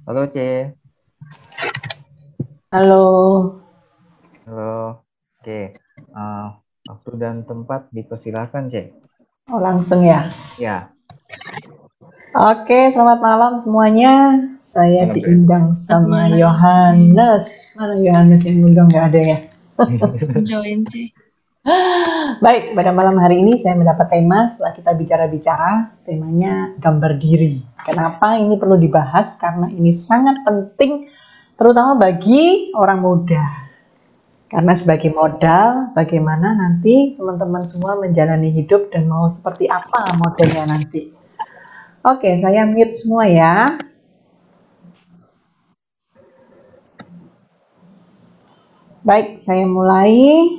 Halo C, Halo. halo. Oke, uh, waktu dan tempat dipersilakan C. Oh, langsung ya. Ya, Oke, selamat malam semuanya. Saya malam C. diundang Selamat sama malam, C. Yohanes. Mana Yohanes yang undang? Nggak ada ya. Join, C. Baik, pada malam hari ini saya mendapat tema setelah kita bicara-bicara. Temanya gambar diri. Kenapa ini perlu dibahas? Karena ini sangat penting, terutama bagi orang muda. Karena sebagai modal, bagaimana nanti teman-teman semua menjalani hidup dan mau seperti apa modelnya nanti. Oke, saya mute semua ya. Baik, saya mulai.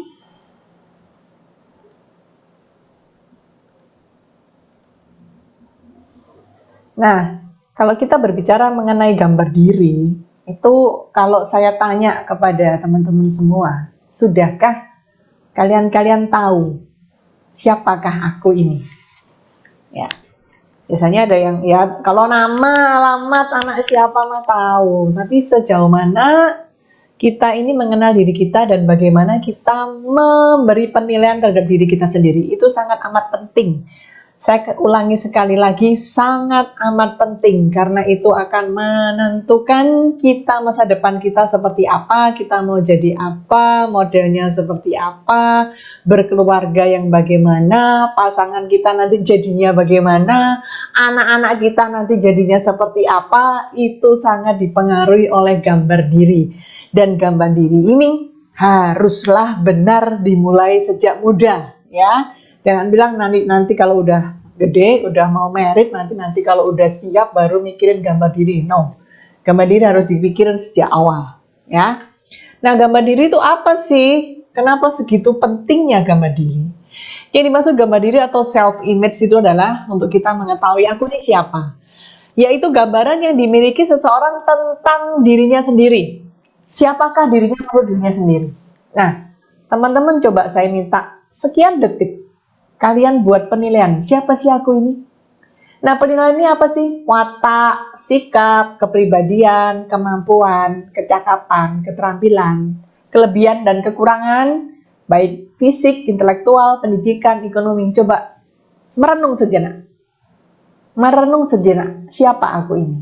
Nah, kalau kita berbicara mengenai gambar diri, itu kalau saya tanya kepada teman-teman semua, sudahkah kalian tahu siapakah aku ini? Ya, biasanya ada yang ya kalau nama, alamat, anak siapa mah tahu, tapi sejauh mana kita ini mengenal diri kita dan bagaimana kita memberi penilaian terhadap diri kita sendiri itu sangat amat penting. Saya ulangi sekali lagi, sangat amat penting karena itu akan menentukan kita masa depan kita seperti apa, kita mau jadi apa, modelnya seperti apa, berkeluarga yang bagaimana, pasangan kita nanti jadinya bagaimana, anak-anak kita nanti jadinya seperti apa, itu sangat dipengaruhi oleh gambar diri. Dan gambar diri ini haruslah benar dimulai sejak muda, ya. Jangan bilang nanti kalau udah gede, udah mau merit, nanti kalau udah siap baru mikirin gambar diri. No, gambar diri harus dipikirin sejak awal, ya. Nah, gambar diri itu apa sih? Kenapa segitu pentingnya gambar diri? Yang dimaksud gambar diri atau self image itu adalah untuk kita mengetahui aku ini siapa. Yaitu gambaran yang dimiliki seseorang tentang dirinya sendiri. Siapakah dirinya menurut dirinya sendiri? Nah, teman-teman coba saya minta sekian detik kalian buat penilaian, siapa sih aku ini? Nah, penilaian ini apa sih? Watak, sikap, kepribadian, kemampuan, kecakapan, keterampilan, kelebihan dan kekurangan, baik fisik, intelektual, pendidikan, ekonomi. Coba merenung sejenak. Merenung sejenak, siapa aku ini?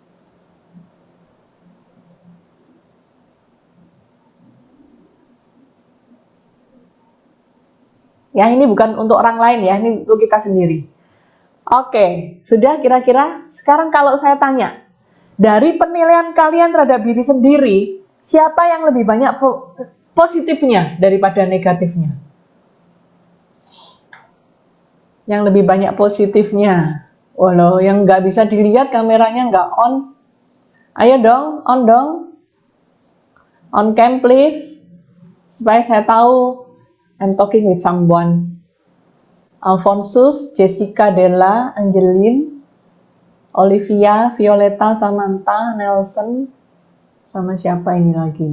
Ya, ini bukan untuk orang lain ya, ini untuk kita sendiri. Oke, sudah kira-kira? Sekarang kalau saya tanya, dari penilaian kalian terhadap diri sendiri, siapa yang lebih banyak positifnya daripada negatifnya? Yang lebih banyak positifnya. Walau yang nggak bisa dilihat kameranya nggak on. Ayo dong, on dong. On cam please. Supaya saya tahu I'm talking with someone. Alphonsus, Jessica, Della, Angeline, Olivia, Violeta, Samantha, Nelson, sama siapa ini lagi?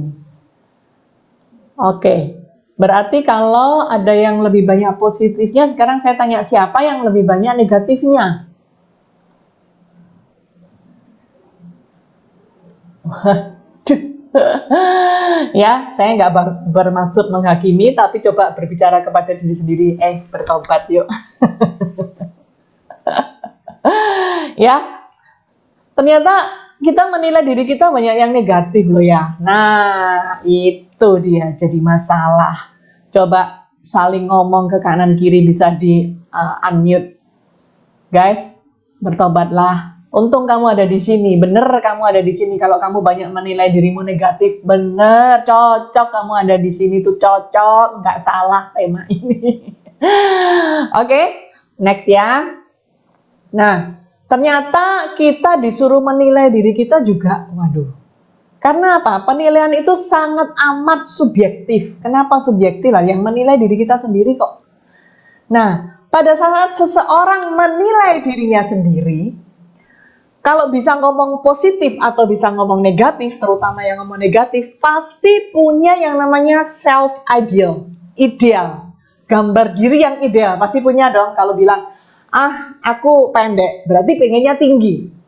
Oke, berarti kalau ada yang lebih banyak positifnya, sekarang saya tanya siapa yang lebih banyak negatifnya? Ya, saya nggak bermaksud menghakimi, tapi coba berbicara kepada diri sendiri. Bertobat yuk. Ya, ternyata kita menilai diri kita banyak yang negatif loh ya. Nah, itu dia jadi masalah. Coba saling ngomong ke kanan kiri bisa di unmute. Guys, bertobatlah. Untung kamu ada di sini. Bener kamu ada di sini. Kalau kamu banyak menilai dirimu negatif, bener, cocok kamu ada di sini tuh cocok, nggak salah tema ini. Oke, next ya. Nah, ternyata kita disuruh menilai diri kita juga, waduh. Karena apa? Penilaian itu sangat amat subjektif. Kenapa subjektif lah? Yang menilai diri kita sendiri kok. Nah, pada saat seseorang menilai dirinya sendiri, kalau bisa ngomong positif atau bisa ngomong negatif, terutama yang ngomong negatif, pasti punya yang namanya self ideal, ideal. Gambar diri yang ideal, pasti punya dong. Kalau bilang, aku pendek, berarti pengennya tinggi.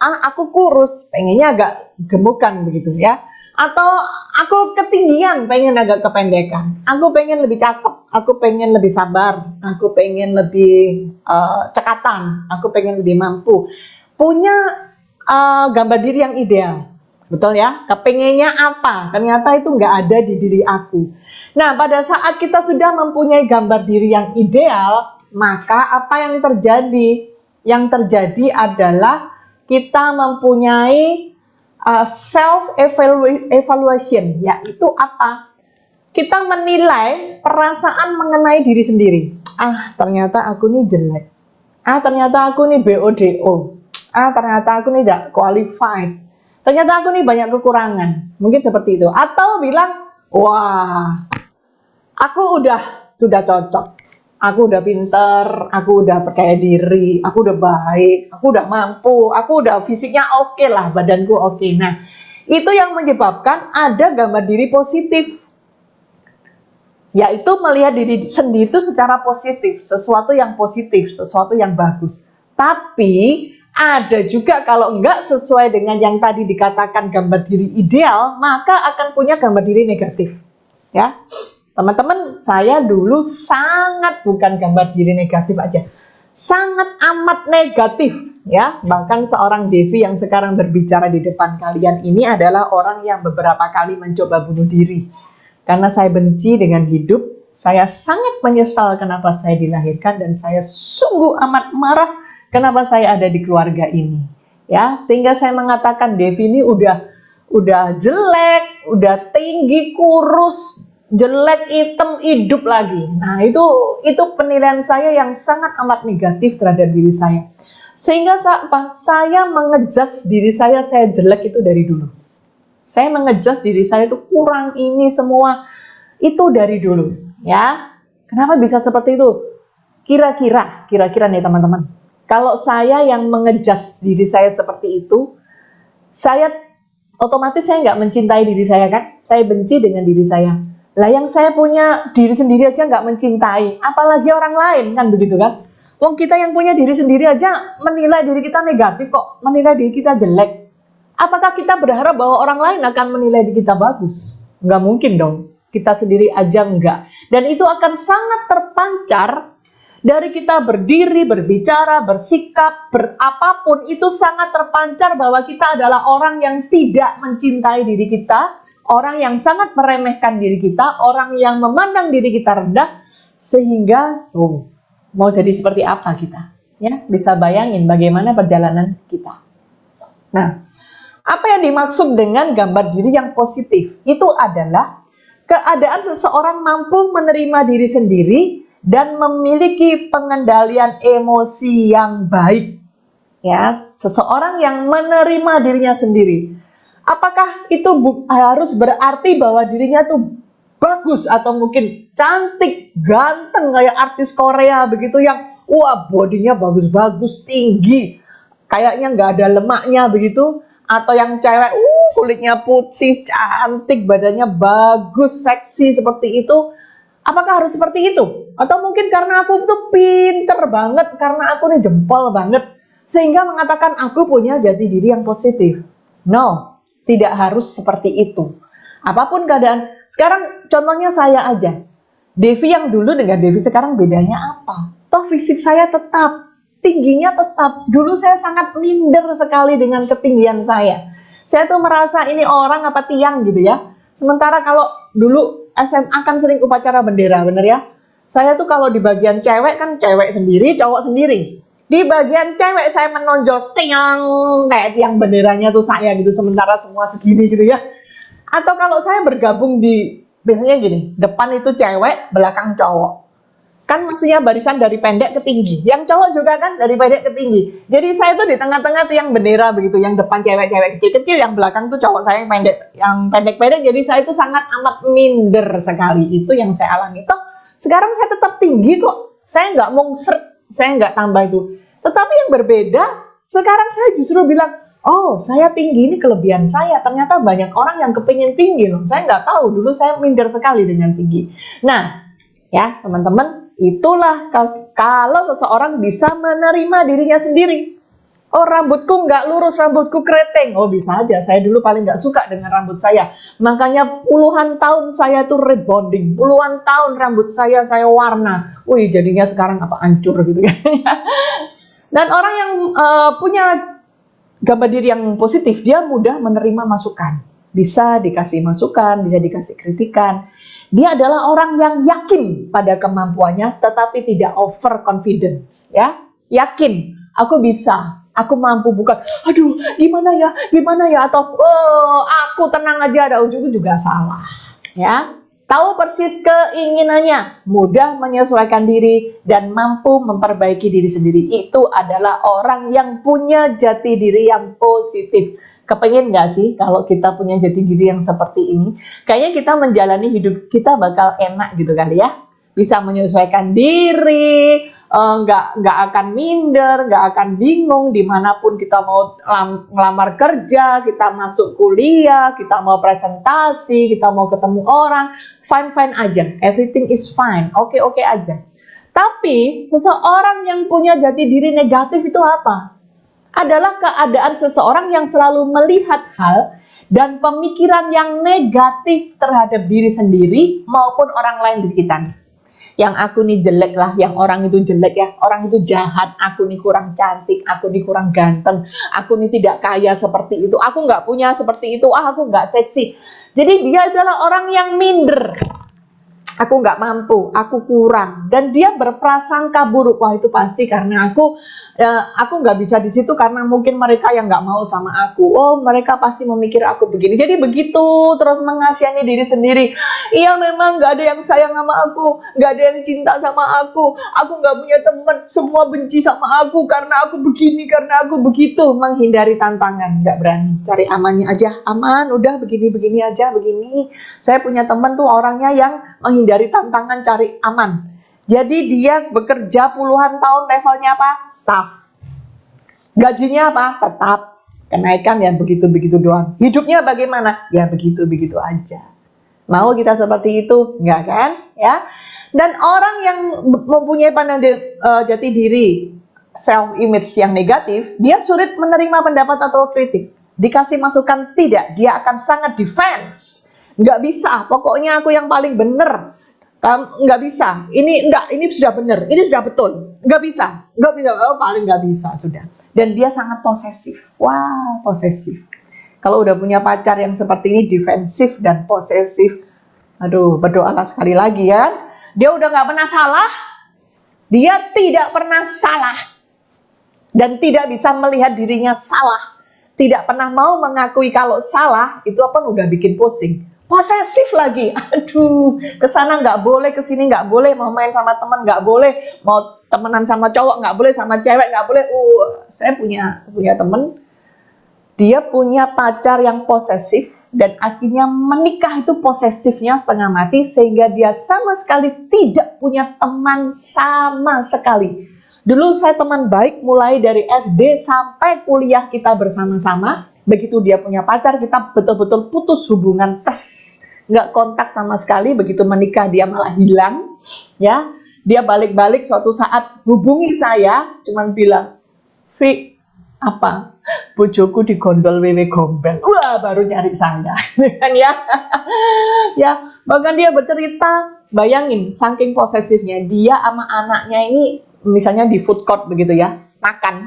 aku kurus, pengennya agak gemukan begitu ya. Atau aku ketinggian, pengen agak kependekan. Aku pengen lebih cakep, aku pengen lebih sabar, aku pengen lebih cekatan, aku pengen lebih mampu. Punya gambar diri yang ideal. Betul ya? Kepengennya apa? Ternyata itu nggak ada di diri aku. Nah, pada saat kita sudah mempunyai gambar diri yang ideal, maka apa yang terjadi? Yang terjadi adalah kita mempunyai self evaluation, yaitu apa? Kita menilai perasaan mengenai diri sendiri. Ternyata aku nih jelek. Ternyata aku nih BODO. Ternyata aku nih tidak qualified. Ternyata aku nih banyak kekurangan. Mungkin seperti itu. Atau bilang, wah, aku sudah cocok. Aku udah pinter, aku udah percaya diri, aku udah baik, aku udah mampu, aku udah fisiknya oke lah, badanku oke. Nah, itu yang menyebabkan ada gambar diri positif. Yaitu melihat diri sendiri itu secara positif, sesuatu yang positif, sesuatu yang bagus. Tapi ada juga kalau enggak sesuai dengan yang tadi dikatakan gambar diri ideal, maka akan punya gambar diri negatif. Ya. Teman-teman, saya dulu sangat bukan gambar diri negatif aja, sangat amat negatif ya. Bahkan seorang Devi yang sekarang berbicara di depan kalian ini adalah orang yang beberapa kali mencoba bunuh diri. Karena saya benci dengan hidup, saya sangat menyesal kenapa saya dilahirkan dan saya sungguh amat marah kenapa saya ada di keluarga ini. Ya, sehingga saya mengatakan Devi ini udah jelek, udah tinggi, kurus, jelek, hitam, hidup lagi. Nah, itu penilaian saya yang sangat amat negatif terhadap diri saya. Sehingga saya mengejudge diri saya jelek itu dari dulu. Saya mengejudge diri saya itu kurang ini semua itu dari dulu, ya. Kenapa bisa seperti itu? Kira-kira nih teman-teman. Kalau saya yang mengejudge diri saya seperti itu, saya otomatis saya nggak mencintai diri saya kan? Saya benci dengan diri saya. Lah yang saya punya diri sendiri aja nggak mencintai, apalagi orang lain kan begitu kan? Wong kita yang punya diri sendiri aja menilai diri kita negatif kok, menilai diri kita jelek. Apakah kita berharap bahwa orang lain akan menilai diri kita bagus? Nggak mungkin dong, kita sendiri aja enggak. Dan itu akan sangat terpancar dari kita berdiri, berbicara, bersikap, berapapun itu sangat terpancar bahwa kita adalah orang yang tidak mencintai diri kita, orang yang sangat meremehkan diri kita, orang yang memandang diri kita rendah, sehingga mau jadi seperti apa kita? Ya, bisa bayangin bagaimana perjalanan kita. Nah, apa yang dimaksud dengan gambar diri yang positif? Itu adalah keadaan seseorang mampu menerima diri sendiri dan memiliki pengendalian emosi yang baik. Ya, seseorang yang menerima dirinya sendiri. Apakah itu harus berarti bahwa dirinya tuh bagus atau mungkin cantik, ganteng kayak artis Korea begitu yang wah bodinya bagus-bagus, tinggi, kayaknya nggak ada lemaknya begitu, atau yang cewek kulitnya putih, cantik, badannya bagus, seksi seperti itu. Apakah harus seperti itu? Atau mungkin karena aku tuh pinter banget, karena aku nih jempol banget, sehingga mengatakan aku punya jati diri yang positif. No, tidak harus seperti itu. Apapun keadaan, sekarang contohnya saya aja. Devi yang dulu dengan Devi sekarang bedanya apa? Toh fisik saya tetap, tingginya tetap. Dulu saya sangat minder sekali dengan ketinggian saya. Saya tuh merasa ini orang apa tiang gitu ya. Sementara kalau dulu SMA kan sering upacara bendera, bener ya? Saya tuh kalau di bagian cewek kan cewek sendiri, cowok sendiri. Di bagian cewek saya menonjol tiang kayak tiang benderanya tuh saya gitu, sementara semua segini gitu ya. Atau kalau saya bergabung biasanya gini, depan itu cewek, belakang cowok. Kan maksudnya barisan dari pendek ke tinggi. Yang cowok juga kan dari pendek ke tinggi. Jadi saya tuh di tengah-tengah tiang bendera begitu, yang depan cewek-cewek kecil-kecil, yang belakang tuh cowok saya yang pendek-pendek. Jadi saya itu sangat amat minder sekali. Itu yang saya alami. Toh sekarang saya tetap tinggi kok. Saya nggak mungsret, saya nggak tambah itu. Tetapi yang berbeda, sekarang saya justru bilang, oh saya tinggi, ini kelebihan saya. Ternyata banyak orang yang kepingin tinggi loh. Saya nggak tahu, dulu saya minder sekali dengan tinggi. Nah, ya teman-teman, itulah kalau seseorang bisa menerima dirinya sendiri. Oh, rambutku nggak lurus, rambutku keriting. Oh, bisa aja. Saya dulu paling nggak suka dengan rambut saya. Makanya puluhan tahun saya tuh rebonding. Puluhan tahun rambut saya warna. Wih, jadinya sekarang apa hancur gitu ya. Dan orang yang punya gambar diri yang positif, dia mudah menerima masukan. Bisa dikasih masukan, bisa dikasih kritikan. Dia adalah orang yang yakin pada kemampuannya, tetapi tidak over confidence. Ya, yakin. Aku bisa. Aku mampu, bukan, aduh gimana ya, atau aku tenang aja, ada ujungnya juga salah, ya. Tahu persis keinginannya, mudah menyesuaikan diri, dan mampu memperbaiki diri sendiri. Itu adalah orang yang punya jati diri yang positif. Kepengen nggak sih kalau kita punya jati diri yang seperti ini? Kayaknya kita menjalani hidup kita bakal enak gitu kali ya. Bisa menyesuaikan diri, nggak akan minder, nggak akan bingung dimanapun kita mau ngelamar kerja, kita masuk kuliah, kita mau presentasi, kita mau ketemu orang, fine aja, everything is fine, oke aja. Tapi seseorang yang punya jati diri negatif itu apa? Adalah keadaan seseorang yang selalu melihat hal dan pemikiran yang negatif terhadap diri sendiri maupun orang lain di sekitarnya. Yang aku nih jelek lah, yang orang itu jelek ya, orang itu jahat, aku nih kurang cantik, aku nih kurang ganteng, aku nih tidak kaya seperti itu, aku nggak punya seperti itu, aku nggak seksi. Jadi dia adalah orang yang minder. Aku nggak mampu, aku kurang, dan dia berprasangka buruk. Wah, itu pasti karena aku nggak bisa di situ karena mungkin mereka yang nggak mau sama aku. Oh, mereka pasti memikir aku begini. Jadi begitu terus mengasihani diri sendiri. Iya, memang nggak ada yang sayang sama aku, nggak ada yang cinta sama aku nggak punya teman, semua benci sama aku karena aku begini, karena aku begitu. Menghindari tantangan, nggak berani. Cari amannya aja, aman, udah begini aja, begini. Saya punya teman tuh orangnya yang menghindari tantangan, cari aman. Jadi dia bekerja puluhan tahun, levelnya apa? Staff. Gajinya apa? Tetap. Kenaikan ya begitu-begitu doang. Hidupnya bagaimana? Ya begitu-begitu aja. Mau kita seperti itu? Enggak kan? Ya. Dan orang yang mempunyai pandangan jati diri, self image yang negatif, dia sulit menerima pendapat atau kritik. Dikasih masukan tidak, dia akan sangat defense. Nggak bisa, pokoknya aku yang paling benar. Nggak bisa, ini sudah benar, ini sudah betul. Nggak bisa, oh, paling nggak bisa sudah. Dan dia sangat posesif. Wah, posesif. Kalau udah punya pacar yang seperti ini, defensif dan posesif, aduh, berdoalah sekali lagi ya. Dia udah nggak pernah salah, dia tidak pernah salah, dan tidak bisa melihat dirinya salah, tidak pernah mau mengakui kalau salah, itu apa udah bikin pusing. Posesif lagi, aduh, kesana nggak boleh, kesini nggak boleh, mau main sama teman nggak boleh, mau temenan sama cowok nggak boleh, sama cewek nggak boleh. Saya punya teman, dia punya pacar yang posesif, dan akhirnya menikah itu posesifnya setengah mati, sehingga dia sama sekali tidak punya teman sama sekali. Dulu saya teman baik mulai dari SD sampai kuliah kita bersama-sama. Begitu dia punya pacar, kita betul-betul putus hubungan, nggak kontak sama sekali. Begitu menikah dia malah hilang, ya. Dia balik-balik suatu saat hubungi saya, cuman bilang, Vi, apa? Bojoku digondol wewe gombel. Wah, baru nyari saya, kan ya? Ya, bahkan dia bercerita, bayangin, saking posesifnya dia sama anaknya ini, misalnya di food court begitu ya, makan.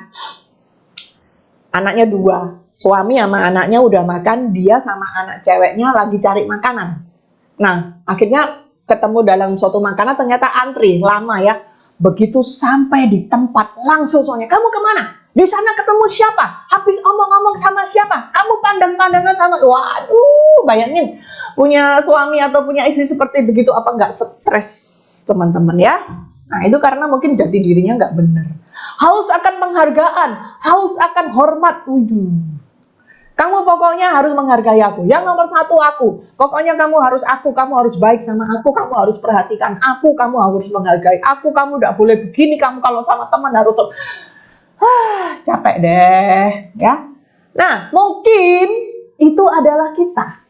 Anaknya 2, suami sama anaknya udah makan, dia sama anak ceweknya lagi cari makanan. Nah, akhirnya ketemu dalam suatu makanan, ternyata antri, lama ya. Begitu sampai di tempat, langsung soalnya, kamu kemana? Di sana ketemu siapa? Habis omong-omong sama siapa? Kamu pandang-pandangan sama, waduh, bayangin, punya suami atau punya istri seperti begitu, apa nggak stres, teman-teman ya? Nah, itu karena mungkin jati dirinya nggak benar. Haus akan penghargaan, haus akan hormat. Kamu pokoknya harus menghargai aku. Yang nomor 1 aku. Pokoknya kamu harus kamu harus baik sama aku, kamu harus perhatikan aku, kamu harus menghargai aku, kamu nggak boleh begini, kamu kalau sama teman harus capek deh, ya. Nah, mungkin itu adalah kita.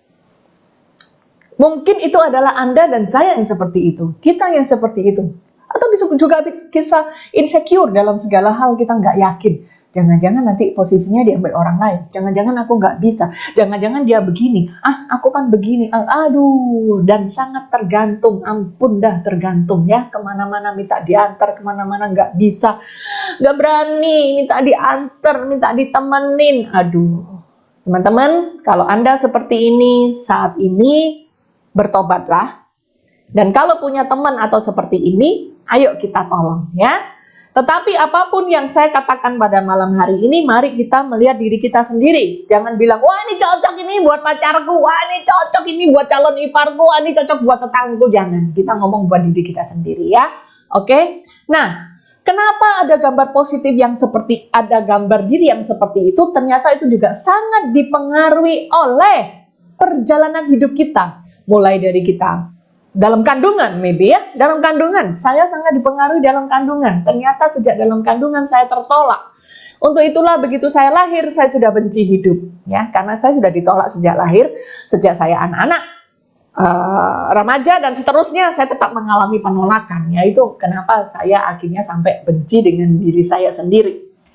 Mungkin itu adalah Anda dan saya yang seperti itu. Kita yang seperti itu. Atau bisa juga kita insecure dalam segala hal, kita nggak yakin. Jangan-jangan nanti posisinya diambil orang lain. Jangan-jangan aku nggak bisa. Jangan-jangan dia begini. Aku kan begini. Aduh, dan sangat tergantung. Ampun dah tergantung ya. Kemana-mana minta diantar, kemana-mana nggak bisa. Nggak berani, minta diantar, minta ditemenin. Aduh. Teman-teman, kalau Anda seperti ini, saat ini bertobatlah. Dan kalau punya teman atau seperti ini, ayo kita tolong ya. Tetapi apapun yang saya katakan pada malam hari ini, mari kita melihat diri kita sendiri. Jangan bilang, wah ini cocok ini buat pacarku, wah ini cocok ini buat calon iparku, wah ini cocok buat tetanggaku. Jangan, kita ngomong buat diri kita sendiri ya. Oke? Nah, kenapa ada gambar positif yang seperti, ada gambar diri yang seperti itu? Ternyata itu juga sangat dipengaruhi oleh perjalanan hidup kita. Mulai dari kita dalam kandungan, maybe ya, dalam kandungan. Saya sangat dipengaruhi dalam kandungan. Ternyata sejak dalam kandungan saya tertolak. Untuk itulah begitu saya lahir, saya sudah benci hidup. Ya, karena saya sudah ditolak sejak lahir, sejak saya anak-anak, remaja dan seterusnya, saya tetap mengalami penolakan. Yaitu kenapa saya akhirnya sampai benci dengan diri saya sendiri.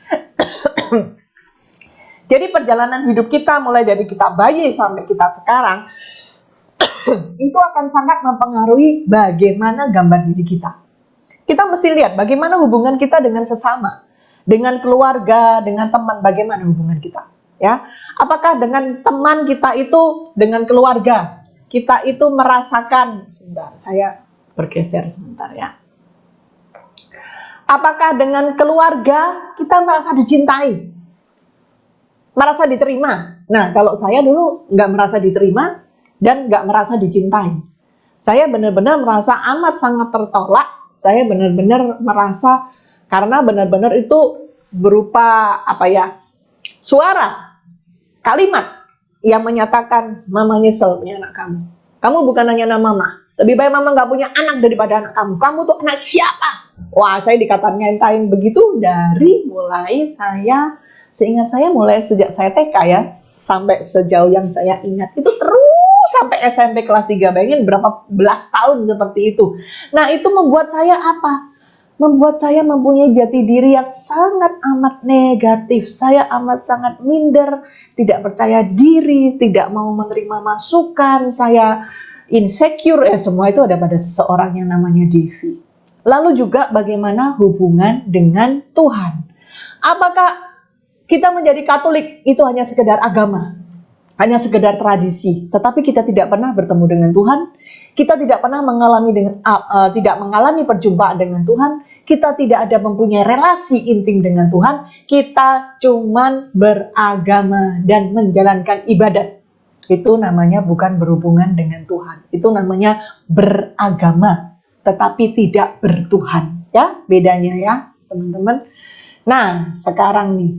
Jadi perjalanan hidup kita mulai dari kita bayi sampai kita sekarang, itu akan sangat mempengaruhi bagaimana gambar diri kita. Kita mesti lihat bagaimana hubungan kita dengan sesama, dengan keluarga, dengan teman, bagaimana hubungan kita. Ya, apakah dengan teman kita itu, dengan keluarga kita itu merasakan, sebentar, saya bergeser sebentar ya. Apakah dengan keluarga kita merasa dicintai, merasa diterima? Nah, kalau saya dulu nggak merasa diterima dan nggak merasa dicintai. Saya benar-benar merasa amat sangat tertolak. Saya benar-benar merasa, karena benar-benar itu berupa apa ya, suara, kalimat yang menyatakan, mama nyesel punya anak kamu. Kamu bukan hanya anak mama. Lebih baik mama nggak punya anak daripada anak kamu. Kamu tuh anak siapa? Wah, saya dikatakan ngentain begitu dari mulai saya, seingat saya mulai sejak saya TK ya, sampai sejauh yang saya ingat itu terus sampai SMP kelas 3, bayangin berapa belas tahun seperti itu. Nah, itu membuat saya apa? Membuat saya mempunyai jati diri yang sangat amat negatif. Saya amat sangat minder, tidak percaya diri, tidak mau menerima masukan, saya insecure, semua itu ada pada seseorang yang namanya Devi. Lalu juga bagaimana hubungan dengan Tuhan. Apakah kita menjadi Katolik itu hanya sekedar agama? Hanya sekedar tradisi, tetapi kita tidak pernah bertemu dengan Tuhan, kita tidak pernah tidak mengalami perjumpaan dengan Tuhan, kita tidak ada mempunyai relasi intim dengan Tuhan, kita cuman beragama dan menjalankan ibadat. Itu namanya bukan berhubungan dengan Tuhan, itu namanya beragama, tetapi tidak bertuhan. Ya, bedanya ya teman-teman. Nah, sekarang nih,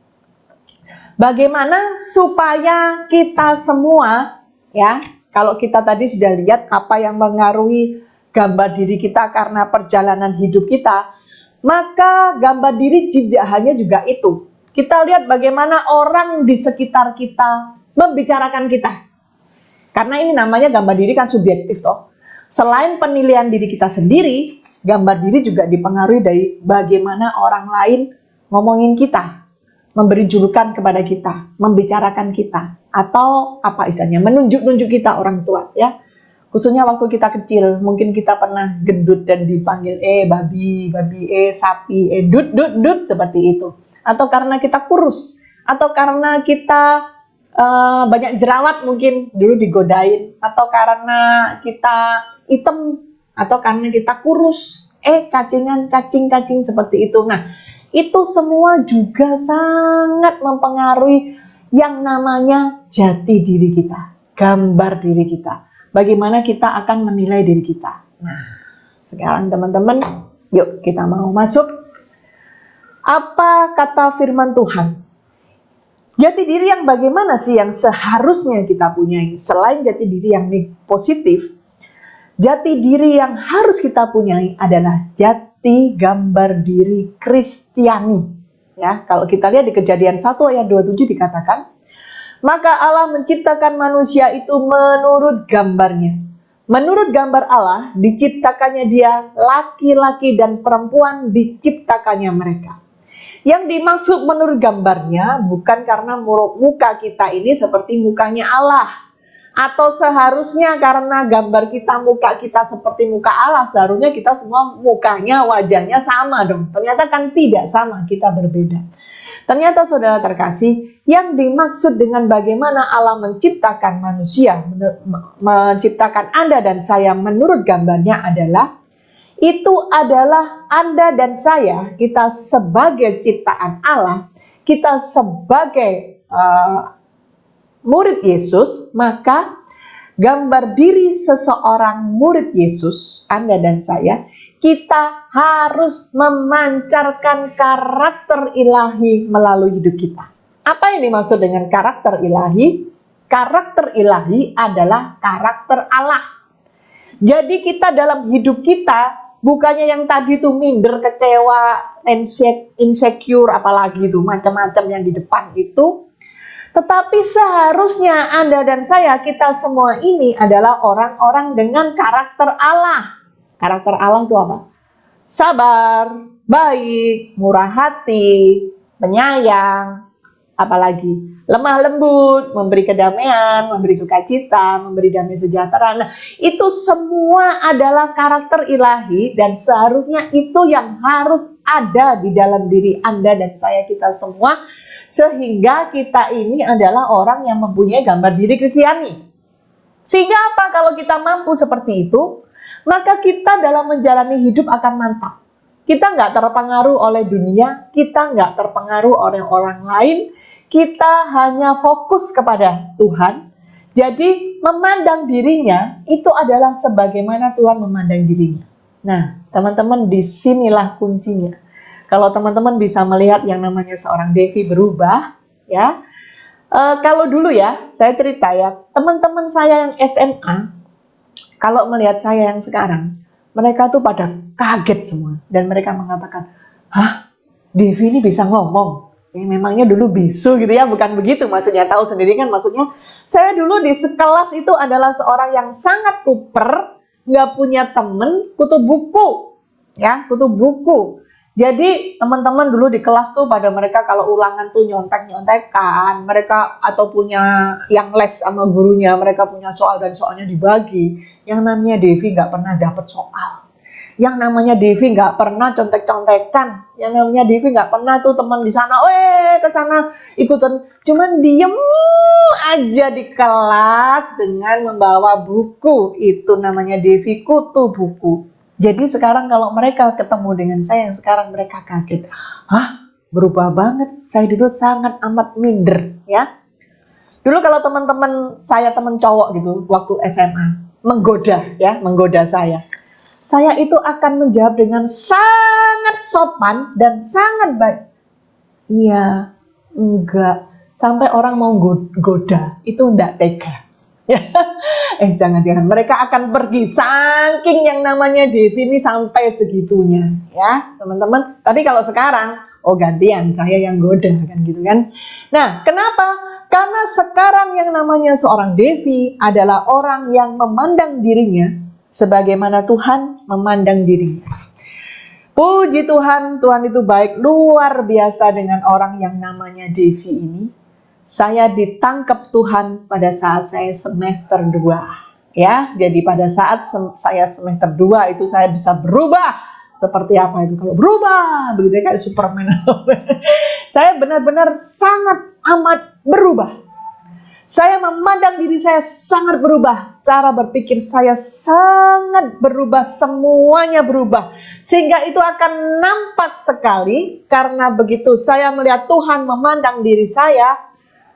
bagaimana supaya kita semua, ya, kalau kita tadi sudah lihat apa yang mengaruhi gambar diri kita karena perjalanan hidup kita, maka gambar diri tidak hanya juga itu. Kita lihat bagaimana orang di sekitar kita membicarakan kita. Karena ini namanya gambar diri kan subjektif toh. Selain penilaian diri kita sendiri, gambar diri juga dipengaruhi dari bagaimana orang lain ngomongin kita, memberi julukan kepada kita, membicarakan kita, atau apa istilahnya, menunjuk-nunjuk kita orang tua ya. Khususnya waktu kita kecil, mungkin kita pernah gendut dan dipanggil babi, sapi, dut, seperti itu. Atau karena kita kurus, atau karena kita banyak jerawat mungkin dulu digodain, atau karena kita hitam, atau karena kita kurus, cacing seperti itu. Nah, itu semua juga sangat mempengaruhi yang namanya jati diri kita, gambar diri kita. Bagaimana kita akan menilai diri kita. Nah, sekarang teman-teman, yuk kita mau masuk. Apa kata firman Tuhan? Jati diri yang bagaimana sih yang seharusnya kita punyai? Selain jati diri yang positif, jati diri yang harus kita punyai adalah jati gambar diri Kristiani. Ya, kalau kita lihat di Kejadian 1 ayat 27 dikatakan, maka Allah menciptakan manusia itu menurut gambarnya. Menurut gambar Allah diciptakannya dia, laki-laki dan perempuan diciptakannya mereka. Yang dimaksud menurut gambarnya bukan karena muka kita ini seperti mukanya Allah, atau seharusnya karena gambar kita, muka kita seperti muka Allah, seharusnya kita semua mukanya, wajahnya sama dong. Ternyata kan tidak sama, kita berbeda. Ternyata saudara terkasih, yang dimaksud dengan bagaimana Allah menciptakan manusia, menciptakan Anda dan saya menurut gambarnya adalah, itu adalah Anda dan saya, kita sebagai ciptaan Allah, kita sebagai murid Yesus, maka gambar diri seseorang murid Yesus, Anda dan saya, kita harus memancarkan karakter ilahi melalui hidup kita. Apa yang dimaksud dengan karakter ilahi? Karakter ilahi adalah karakter Allah. Jadi kita dalam hidup kita, bukannya yang tadi itu minder, kecewa, insecure, apalagi itu macam-macam yang di depan itu, tetapi seharusnya Anda dan saya, kita semua ini adalah orang-orang dengan karakter Allah. Karakter Allah itu apa? Sabar, baik, murah hati, penyayang, apalagi lemah lembut, memberi kedamaian, memberi sukacita, memberi damai sejahtera. Nah, itu semua adalah karakter ilahi dan seharusnya itu yang harus ada di dalam diri Anda dan saya, kita semua, sehingga kita ini adalah orang yang mempunyai gambar diri Kristiani. Sehingga apa? Kalau kita mampu seperti itu, maka kita dalam menjalani hidup akan mantap. Kita nggak terpengaruh oleh dunia, kita nggak terpengaruh oleh orang lain, kita hanya fokus kepada Tuhan. Jadi memandang dirinya itu adalah sebagaimana Tuhan memandang dirinya. Nah, teman-teman, disinilah kuncinya. Kalau teman-teman bisa melihat yang namanya seorang Devi berubah, ya. Kalau dulu ya, saya cerita ya, teman-teman saya yang SMA, kalau melihat saya yang sekarang, mereka tuh pada kaget semua. Dan mereka mengatakan, hah, Devi ini bisa ngomong? Memangnya dulu bisu gitu ya, bukan begitu maksudnya. Tahu sendiri kan maksudnya. Saya dulu di sekelas itu adalah seorang yang sangat kuper, nggak punya temen, kutu buku. Ya, kutu buku. Jadi teman-teman dulu di kelas tuh pada mereka kalau ulangan tuh nyontek-nyontekan, mereka atau punya yang les sama gurunya, mereka punya soal dan soalnya dibagi. Yang namanya Devi nggak pernah dapat soal. Yang namanya Devi nggak pernah contek-contekan. Yang namanya Devi nggak pernah tuh teman di sana, ke sana ikutan. Cuman diem aja di kelas dengan membawa buku. Itu namanya Devi kutu buku. Jadi sekarang kalau mereka ketemu dengan saya yang sekarang, mereka kaget. Hah, berubah banget. Saya dulu sangat amat minder, ya. Dulu kalau teman-teman saya, teman cowok gitu, waktu SMA, menggoda saya. Saya itu akan menjawab dengan sangat sopan dan sangat baik. Iya, enggak. Sampai orang mau goda, itu enggak tega. Jangan-jangan mereka akan pergi, saking yang namanya Devi ini sampai segitunya, ya teman-teman. Tapi kalau sekarang, gantian, saya yang goda kan gitu kan. Nah, kenapa? Karena sekarang yang namanya seorang Devi adalah orang yang memandang dirinya sebagaimana Tuhan memandang dirinya. Puji Tuhan, Tuhan itu baik luar biasa dengan orang yang namanya Devi ini. Saya ditangkap Tuhan pada saat saya semester 2. Ya, jadi pada saat saya semester 2 itu saya bisa berubah. Seperti apa itu? Kalau berubah, begitu ya, kayak Superman. Saya benar-benar sangat amat berubah. Saya memandang diri saya sangat berubah. Cara berpikir saya sangat berubah. Semuanya berubah. Sehingga itu akan nampak sekali. Karena begitu saya melihat Tuhan memandang diri saya.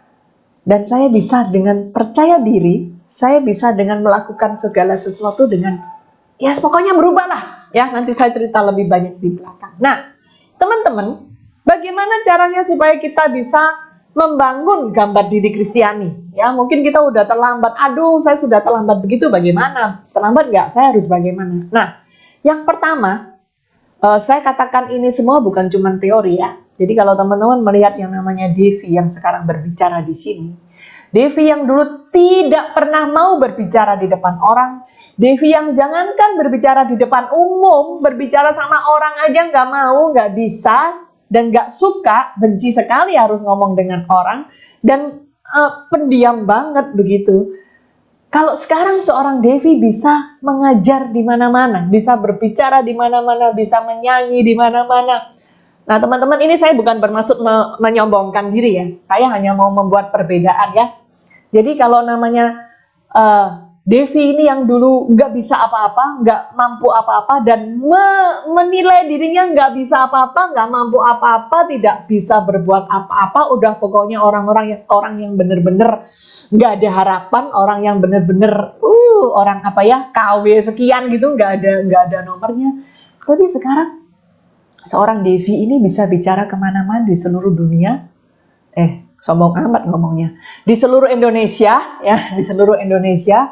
Dan saya bisa dengan percaya diri. Saya bisa dengan melakukan segala sesuatu dengan, ya pokoknya berubah lah. Ya, nanti saya cerita lebih banyak di belakang. Nah, teman-teman, bagaimana caranya supaya kita bisa membangun gambar diri Kristiani? Ya, mungkin kita udah terlambat. Aduh, saya sudah terlambat begitu, bagaimana? Terlambat nggak? Saya harus bagaimana? Nah, yang pertama, saya katakan ini semua bukan cuma teori ya. Jadi kalau teman-teman melihat yang namanya Devi yang sekarang berbicara di sini, Devi yang dulu tidak pernah mau berbicara di depan orang, Devi yang jangankan berbicara di depan umum, berbicara sama orang aja nggak mau, nggak bisa. dan gak suka, benci sekali harus ngomong dengan orang, dan pendiam banget begitu. Kalau sekarang seorang Devi bisa mengajar di mana-mana, bisa berbicara di mana-mana, bisa menyanyi di mana-mana. Nah teman-teman, ini saya bukan bermaksud menyombongkan diri ya, saya hanya mau membuat perbedaan ya. Jadi kalau namanya Devi ini yang dulu nggak bisa apa-apa, nggak mampu apa-apa, dan menilai dirinya nggak bisa apa-apa, nggak mampu apa-apa, tidak bisa berbuat apa-apa, udah pokoknya orang yang bener-bener nggak ada harapan, orang yang bener-bener orang apa ya, KW sekian gitu, nggak ada nomornya. Tapi sekarang seorang Devi ini bisa bicara kemana-mana di seluruh dunia. Sombong amat ngomongnya. Di seluruh Indonesia, ya, di seluruh Indonesia.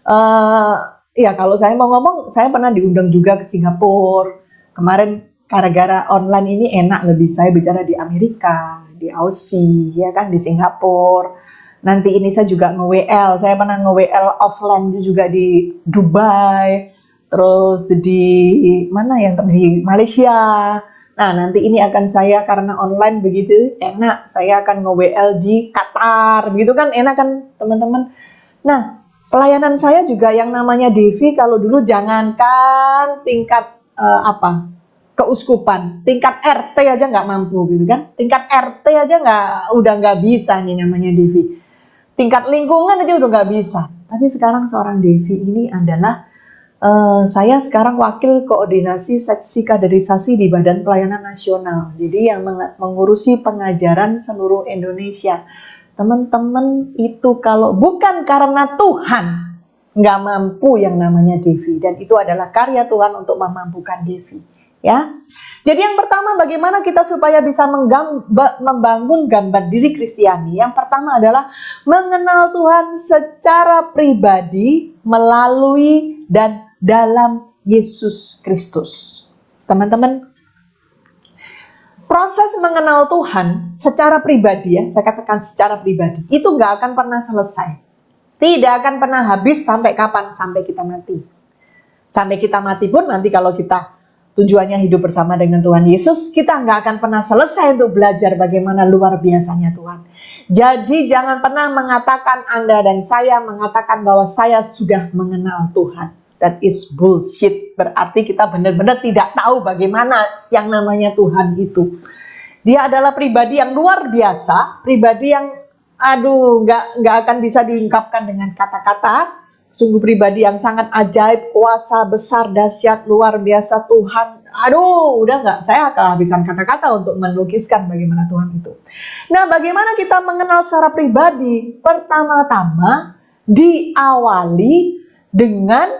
Ya kalau saya mau ngomong, saya pernah diundang juga ke Singapura. Kemarin gara-gara online ini enak lebih. Saya bicara di Amerika, di Aussie, ya kan, di Singapura. Nanti ini saya juga nge-WL. Saya pernah nge-WL offline juga di Dubai. Terus di mana yang di Malaysia. Nah nanti ini akan saya, karena online begitu enak, saya akan nge-WL di Qatar, begitu kan, enak kan teman-teman. Nah pelayanan saya juga yang namanya Devi, kalau dulu jangankan tingkat keuskupan, tingkat RT aja nggak mampu gitu kan, tingkat RT aja udah nggak bisa nih namanya Devi, tingkat lingkungan aja udah nggak bisa. Tapi sekarang seorang Devi ini adalah saya sekarang wakil koordinasi seksi kaderisasi di Badan Pelayanan Nasional. Jadi yang mengurusi pengajaran seluruh Indonesia. Teman-teman, itu kalau bukan karena Tuhan, nggak mampu yang namanya Devi. Dan itu adalah karya Tuhan untuk memampukan Devi. Ya. Jadi yang pertama, bagaimana kita supaya bisa membangun gambar diri Kristiani? Yang pertama adalah mengenal Tuhan secara pribadi melalui dan dalam Yesus Kristus. Teman-teman, proses mengenal Tuhan secara pribadi, ya, saya katakan secara pribadi, itu nggak akan pernah selesai. Tidak akan pernah habis sampai kapan? Sampai kita mati. Sampai kita mati pun nanti kalau kita tujuannya hidup bersama dengan Tuhan Yesus, kita nggak akan pernah selesai untuk belajar bagaimana luar biasanya Tuhan. Jadi jangan pernah mengatakan Anda dan saya mengatakan bahwa saya sudah mengenal Tuhan. That is bullshit. Berarti kita benar-benar tidak tahu bagaimana yang namanya Tuhan itu. Dia adalah pribadi yang luar biasa, pribadi yang nggak akan bisa diungkapkan dengan kata-kata. Sungguh pribadi yang sangat ajaib, kuasa besar, dahsyat, luar biasa Tuhan. Udah nggak, saya kehabisan kata-kata untuk melukiskan bagaimana Tuhan itu. Nah, bagaimana kita mengenal secara pribadi? Pertama-tama diawali dengan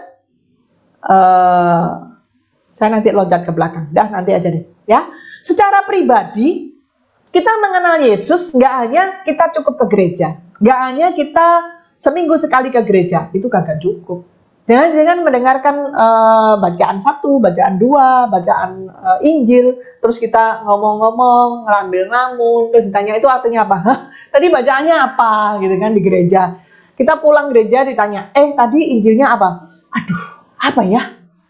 saya nanti loncat ke belakang, nanti aja deh, ya. Secara pribadi kita mengenal Yesus nggak hanya kita cukup ke gereja, nggak hanya kita seminggu sekali ke gereja, itu kagak cukup. Jangan mendengarkan bacaan 1, bacaan 2, bacaan Injil, terus kita ngomong-ngomong, ngambil ngamun, terus ditanya itu artinya apa? Hah, tadi bacaannya apa? Gitu kan di gereja. Kita pulang gereja ditanya, tadi Injilnya apa? Apa ya?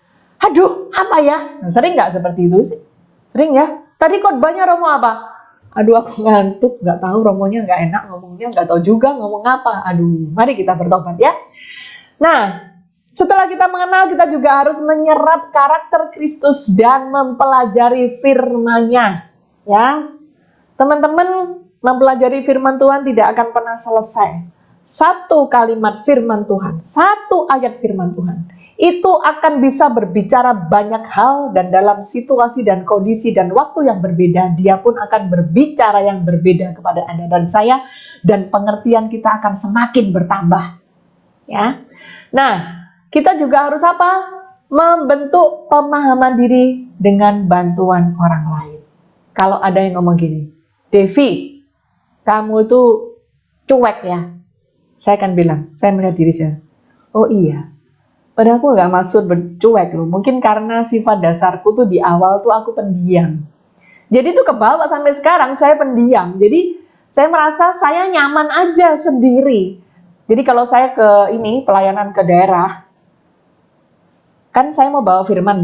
Nah, sering nggak seperti itu sih? Sering ya? Tadi khotbahnya Romo apa? Aku ngantuk, nggak tahu, Romonya nggak enak ngomongnya, nggak tahu juga ngomong apa. Mari kita bertobat ya. Nah, setelah kita mengenal, kita juga harus menyerap karakter Kristus dan mempelajari firman-Nya. Ya, teman-teman, mempelajari firman Tuhan tidak akan pernah selesai. Satu kalimat firman Tuhan, satu ayat firman Tuhan, itu akan bisa berbicara banyak hal, dan dalam situasi dan kondisi dan waktu yang berbeda, dia pun akan berbicara yang berbeda kepada Anda dan saya, dan pengertian kita akan semakin bertambah. Ya. Nah, kita juga harus apa? Membentuk pemahaman diri dengan bantuan orang lain. Kalau ada yang ngomong gini, Devi, kamu tuh cuek ya. Saya akan bilang, saya melihat diri saya, oh iya, padahal aku nggak maksud bercuek loh. Mungkin karena sifat dasarku tuh di awal tuh aku pendiam. Jadi tuh kebawa sampai sekarang saya pendiam. Jadi saya merasa saya nyaman aja sendiri. Jadi kalau saya ke pelayanan ke daerah, kan saya mau bawa firman nih.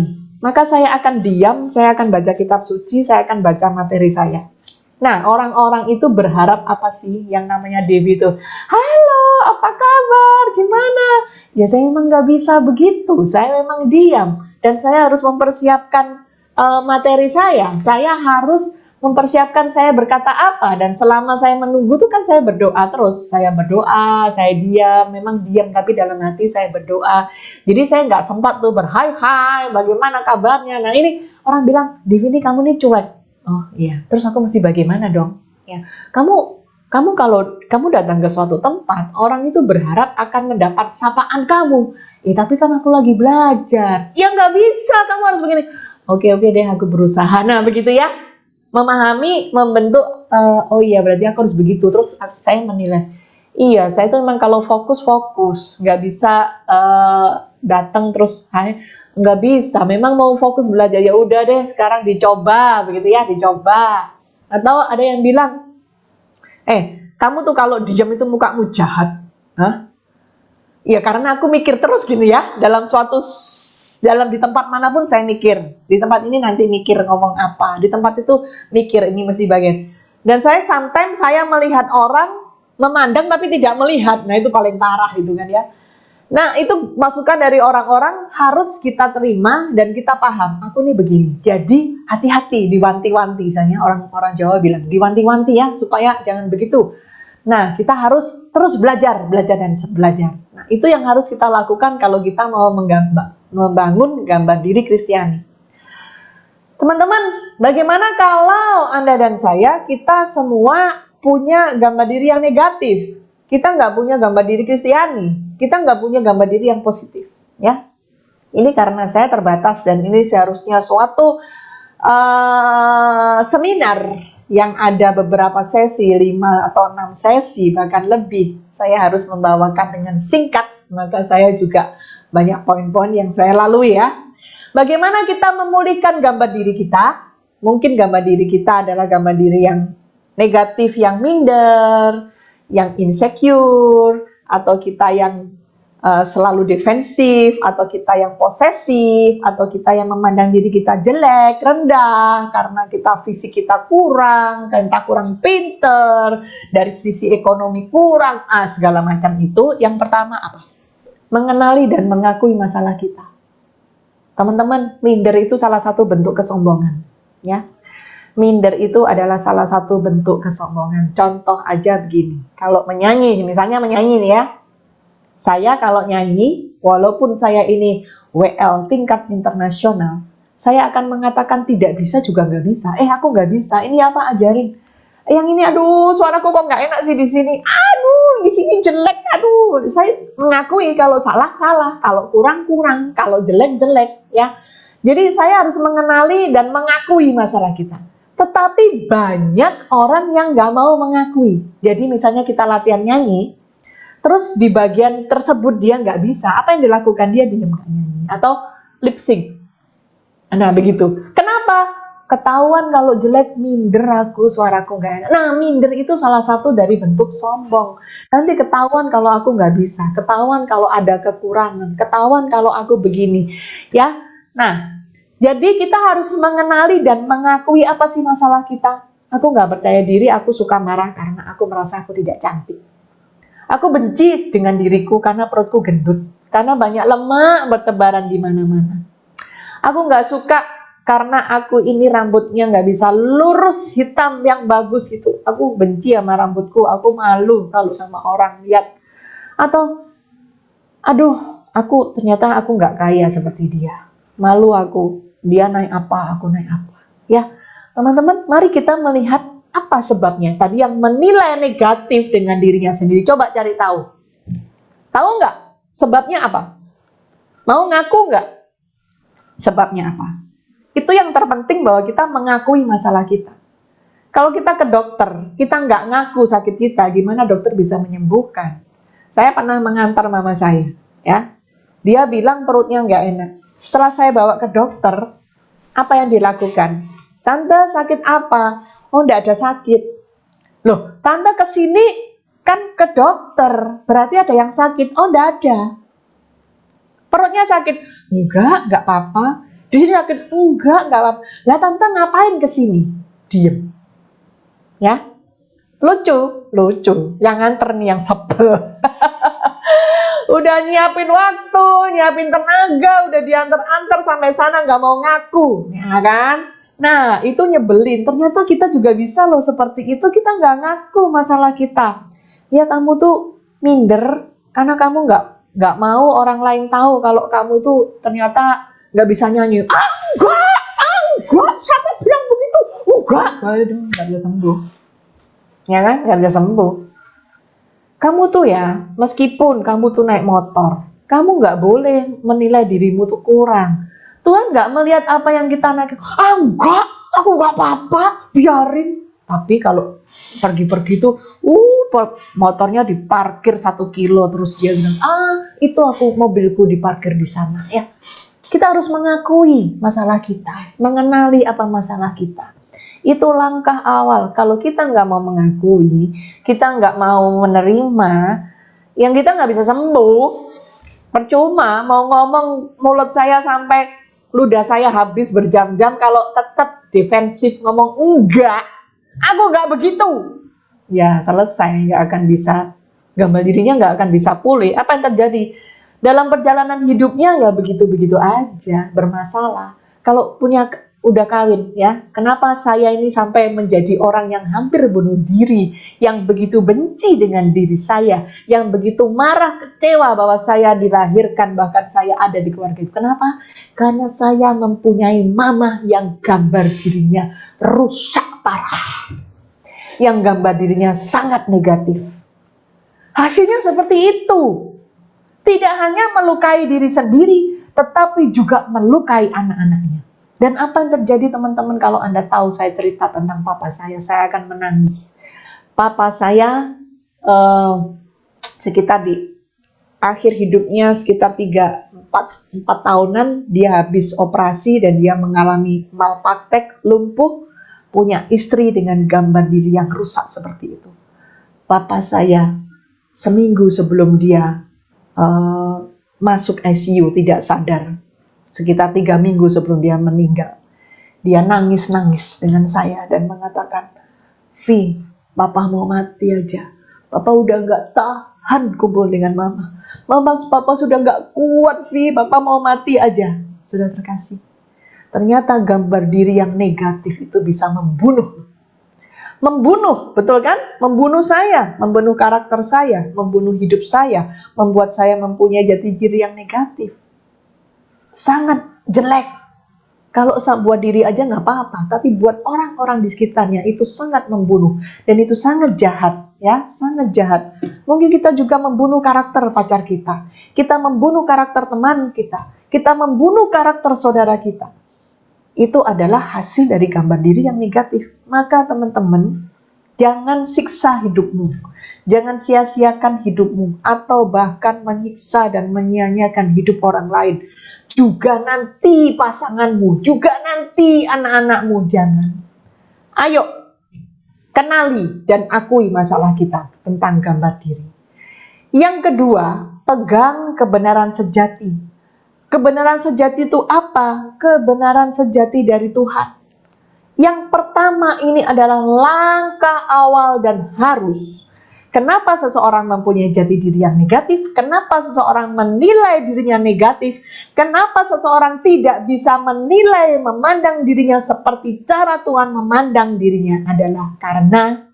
maka saya akan diam, saya akan baca kitab suci, saya akan baca materi saya. Nah, orang-orang itu berharap apa sih yang namanya Dewi itu? Halo, apa kabar? Gimana? Ya saya memang nggak bisa begitu, saya memang diam. Dan saya harus mempersiapkan materi saya. Saya harus mempersiapkan saya berkata apa. Dan selama saya menunggu tuh kan saya berdoa terus. Saya berdoa, saya diam. Memang diam tapi dalam hati saya berdoa. Jadi saya nggak sempat tuh berhai-hai, bagaimana kabarnya. Nah ini orang bilang, Dewi ini kamu nih cuek. Oh iya, terus aku mesti bagaimana dong? Ya, kamu kalau kamu datang ke suatu tempat, orang itu berharap akan mendapat sapaan kamu. Tapi kan aku lagi belajar. Ya nggak bisa, kamu harus begini. Oke deh, aku berusaha. Nah begitu ya, memahami, membentuk. Oh iya, berarti aku harus begitu. Terus saya menilai. Iya, saya itu memang kalau fokus, nggak bisa datang terus. Nggak bisa, memang mau fokus belajar ya udah deh sekarang dicoba begitu ya, dicoba. Atau ada yang bilang, kamu tuh kalau diam itu mukamu jahat. Hah? Ya karena aku mikir terus gini ya, di tempat manapun saya mikir, di tempat ini nanti mikir ngomong apa, di tempat itu mikir ini mesti bagian. Dan sometimes saya melihat orang memandang tapi tidak melihat, nah itu paling parah itu kan ya. Nah itu masukan dari orang-orang harus kita terima dan kita paham. Aku nih begini, jadi hati-hati, diwanti-wanti. Misalnya orang-orang Jawa bilang diwanti-wanti ya supaya jangan begitu. Nah kita harus terus belajar dan belajar. Nah itu yang harus kita lakukan kalau kita mau membangun gambar diri Kristiani. Teman-teman, bagaimana kalau Anda dan saya, kita semua punya gambar diri yang negatif? Kita nggak punya gambar diri Kristiani, kita nggak punya gambar diri yang positif, ya. Ini karena saya terbatas dan ini seharusnya suatu seminar yang ada beberapa sesi, 5 atau 6 sesi bahkan lebih. Saya harus membawakan dengan singkat, maka saya juga banyak poin-poin yang saya lalui ya. Bagaimana kita memulihkan gambar diri kita? Mungkin gambar diri kita adalah gambar diri yang negatif, yang minder, yang insecure, atau kita yang selalu defensif, atau kita yang posesif, atau kita yang memandang diri kita jelek, rendah, karena kita fisik kita kurang, kita kurang pinter, dari sisi ekonomi kurang, segala macam itu. Yang pertama apa? Mengenali dan mengakui masalah kita. Teman-teman, minder itu salah satu bentuk kesombongan, ya. Minder itu adalah salah satu bentuk kesombongan. Contoh aja begini, kalau menyanyi, misalnya menyanyi nih ya, saya kalau nyanyi, walaupun saya ini WL tingkat internasional, saya akan mengatakan tidak bisa juga nggak bisa. Aku nggak bisa, ini apa ajarin. Yang ini, aduh, suaraku kok nggak enak sih di sini. Aduh, di sini jelek. Aduh, saya mengakui kalau salah, kalau kurang, kalau jelek, ya. Jadi saya harus mengenali dan mengakui masalah kita. Tetapi banyak orang yang nggak mau mengakui. Jadi misalnya kita latihan nyanyi, terus di bagian tersebut dia nggak bisa. Apa yang dilakukan? Dia diam nggak nyanyi atau lip sync. Nah begitu. Kenapa? Ketahuan kalau jelek, minder aku, suaraku nggak enak. Nah minder itu salah satu dari bentuk sombong. Nanti ketahuan kalau aku nggak bisa, ketahuan kalau ada kekurangan, ketahuan kalau aku begini, ya. Nah, jadi kita harus mengenali dan mengakui apa sih masalah kita. Aku nggak percaya diri, aku suka marah karena aku merasa aku tidak cantik. Aku benci dengan diriku karena perutku gendut, karena banyak lemak bertebaran di mana-mana. Aku nggak suka karena aku ini rambutnya nggak bisa lurus hitam yang bagus gitu. Aku benci sama rambutku, aku malu kalau sama orang lihat. Atau, aduh, ternyata aku nggak kaya seperti dia. Malu aku, dia naik apa, aku naik apa. Ya, teman-teman, mari kita melihat apa sebabnya. Tadi yang menilai negatif dengan dirinya sendiri, coba cari tahu. Tahu nggak sebabnya apa? Mau ngaku nggak sebabnya apa? Itu yang terpenting, bahwa kita mengakui masalah kita. Kalau kita ke dokter, kita nggak ngaku sakit kita, gimana dokter bisa menyembuhkan? Saya pernah mengantar mama saya, ya. Dia bilang perutnya nggak enak. Setelah saya bawa ke dokter, apa yang dilakukan? Tante sakit apa? Oh, nggak ada sakit. Loh, tante kesini kan ke dokter, berarti ada yang sakit. Oh, nggak ada. Perutnya sakit? Enggak apa-apa. Di sini yakin? Enggak apa-apa. Lah tante ngapain ke sini? Diem. Ya. Lucu. Yang nganter nih yang sebel. Udah nyiapin waktu, nyiapin tenaga, udah diantar-antar sampai sana nggak mau ngaku, ya kan? Nah, itu nyebelin. Ternyata kita juga bisa loh seperti itu, kita nggak ngaku masalah kita. Ya kamu tuh minder karena kamu nggak mau orang lain tahu kalau kamu tuh ternyata nggak bisa nyanyi. Enggak, siapa bilang begitu? Enggak, waduh, nggak bisa sembuh. Ya kan, nggak bisa sembuh. Kamu tuh ya, meskipun kamu tuh naik motor, kamu nggak boleh menilai dirimu tuh kurang. Tuhan nggak melihat apa yang kita naik. Enggak, aku nggak apa-apa, biarin. Tapi kalau pergi-pergi tuh, motornya diparkir 1 kilo, terus dia bilang, itu aku mobilku diparkir di sana. Ya, kita harus mengakui masalah kita, mengenali apa masalah kita. Itu langkah awal. Kalau kita nggak mau mengakui, kita nggak mau menerima, yang kita nggak bisa sembuh. Percuma mau ngomong mulut saya sampai ludah saya habis berjam-jam, kalau tetap defensif ngomong enggak, aku nggak begitu. Ya selesai, nggak akan bisa, gambar dirinya nggak akan bisa pulih. Apa yang terjadi? Dalam perjalanan hidupnya ya begitu-begitu aja, bermasalah. Kalau udah kawin ya, kenapa saya ini sampai menjadi orang yang hampir bunuh diri, yang begitu benci dengan diri saya, yang begitu marah, kecewa bahwa saya dilahirkan, bahkan saya ada di keluarga itu. Kenapa? Karena saya mempunyai mama yang gambar dirinya rusak parah, yang gambar dirinya sangat negatif. Hasilnya seperti itu. Tidak hanya melukai diri sendiri, tetapi juga melukai anak-anaknya. Dan apa yang terjadi teman-teman kalau Anda tahu saya cerita tentang papa saya akan menangis. Papa saya sekitar di akhir hidupnya, sekitar 3-4 tahunan, dia habis operasi dan dia mengalami malpraktek, lumpuh, punya istri dengan gambar diri yang rusak seperti itu. Papa saya seminggu sebelum dia masuk ICU tidak sadar, sekitar 3 minggu sebelum dia meninggal, dia nangis-nangis dengan saya dan mengatakan, Vi, Papa mau mati aja. Papa udah gak tahan kumpul dengan Mama. Papa sudah gak kuat, Vi, Papa mau mati aja. Sudah terkasih. Ternyata gambar diri yang negatif itu bisa membunuh. Membunuh, betul kan? Membunuh saya, membunuh karakter saya, membunuh hidup saya, membuat saya mempunyai jati diri yang negatif. Sangat jelek. Kalau buat diri aja nggak apa-apa, tapi buat orang-orang di sekitarnya itu sangat membunuh dan itu sangat jahat, ya, sangat jahat. Mungkin kita juga membunuh karakter pacar kita, kita membunuh karakter teman kita membunuh karakter saudara kita. Itu adalah hasil dari gambar diri yang negatif. Maka teman-teman, jangan siksa hidupmu, jangan sia-siakan hidupmu, atau bahkan menyiksa dan menyia-nyiakan hidup orang lain. Juga nanti pasanganmu, juga nanti anak-anakmu, jangan. Ayo, kenali dan akui masalah kita tentang gambar diri. Yang kedua, pegang kebenaran sejati. Kebenaran sejati itu apa? Kebenaran sejati dari Tuhan. Yang pertama ini adalah langkah awal dan harus. Kenapa seseorang mempunyai jati diri yang negatif? Kenapa seseorang menilai dirinya negatif? Kenapa seseorang tidak bisa menilai, memandang dirinya seperti cara Tuhan memandang dirinya? Adalah karena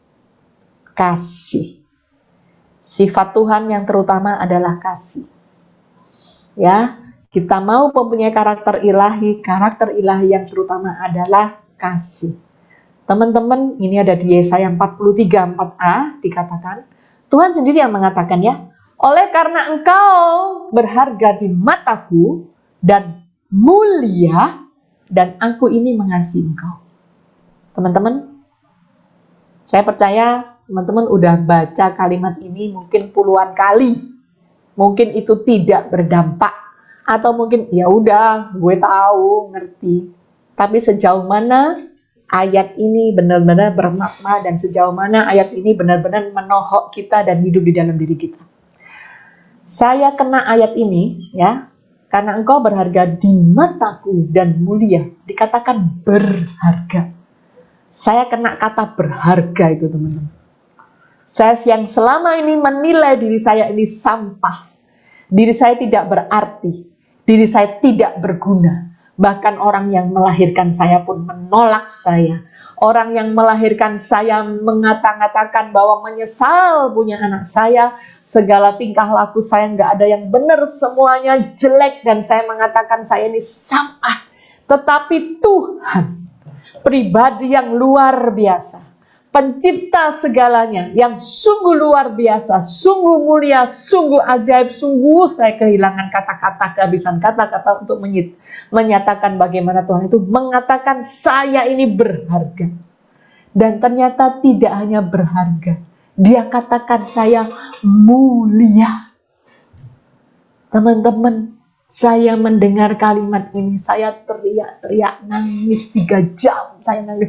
kasih. Sifat Tuhan yang terutama adalah kasih. Ya, kita mau mempunyai karakter ilahi yang terutama adalah kasih. Teman-teman, ini ada di Yesaya 43 4a dikatakan, Tuhan sendiri yang mengatakan ya, oleh karena engkau berharga di mataku dan mulia, dan aku ini mengasihi engkau. Teman-teman, saya percaya teman-teman udah baca kalimat ini mungkin puluhan kali. Mungkin itu tidak berdampak, atau mungkin ya udah gue tahu, ngerti. Tapi sejauh mana ayat ini benar-benar bermakna dan sejauh mana ayat ini benar-benar menohok kita dan hidup di dalam diri kita. Saya kena ayat ini ya, Karena engkau berharga di mataku dan mulia. Dikatakan berharga. Saya kena kata berharga itu teman-teman. Saya yang selama ini menilai diri saya ini sampah. Diri saya tidak berarti. Diri saya tidak berguna. Bahkan orang yang melahirkan saya pun menolak saya. Orang yang melahirkan saya mengatakan bahwa menyesal punya anak saya. Segala tingkah laku saya nggak ada yang benar, semuanya jelek. Dan saya mengatakan saya ini sampah. Tetapi Tuhan, pribadi yang luar biasa, pencipta segalanya, yang sungguh luar biasa, sungguh mulia, sungguh ajaib, sungguh saya kehilangan kata-kata, kehabisan kata-kata untuk menyatakan bagaimana Tuhan itu mengatakan saya ini berharga. Dan ternyata tidak hanya berharga, Dia katakan saya mulia. Teman-teman, saya mendengar kalimat ini, saya teriak-teriak, nangis 3 jam, saya nangis.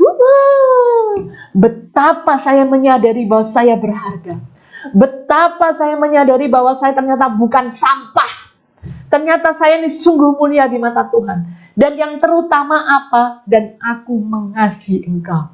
Betapa saya menyadari bahwa saya berharga. Betapa saya menyadari bahwa saya ternyata bukan sampah. Ternyata saya ini sungguh mulia di mata Tuhan. Dan yang terutama apa? Dan aku mengasihi engkau.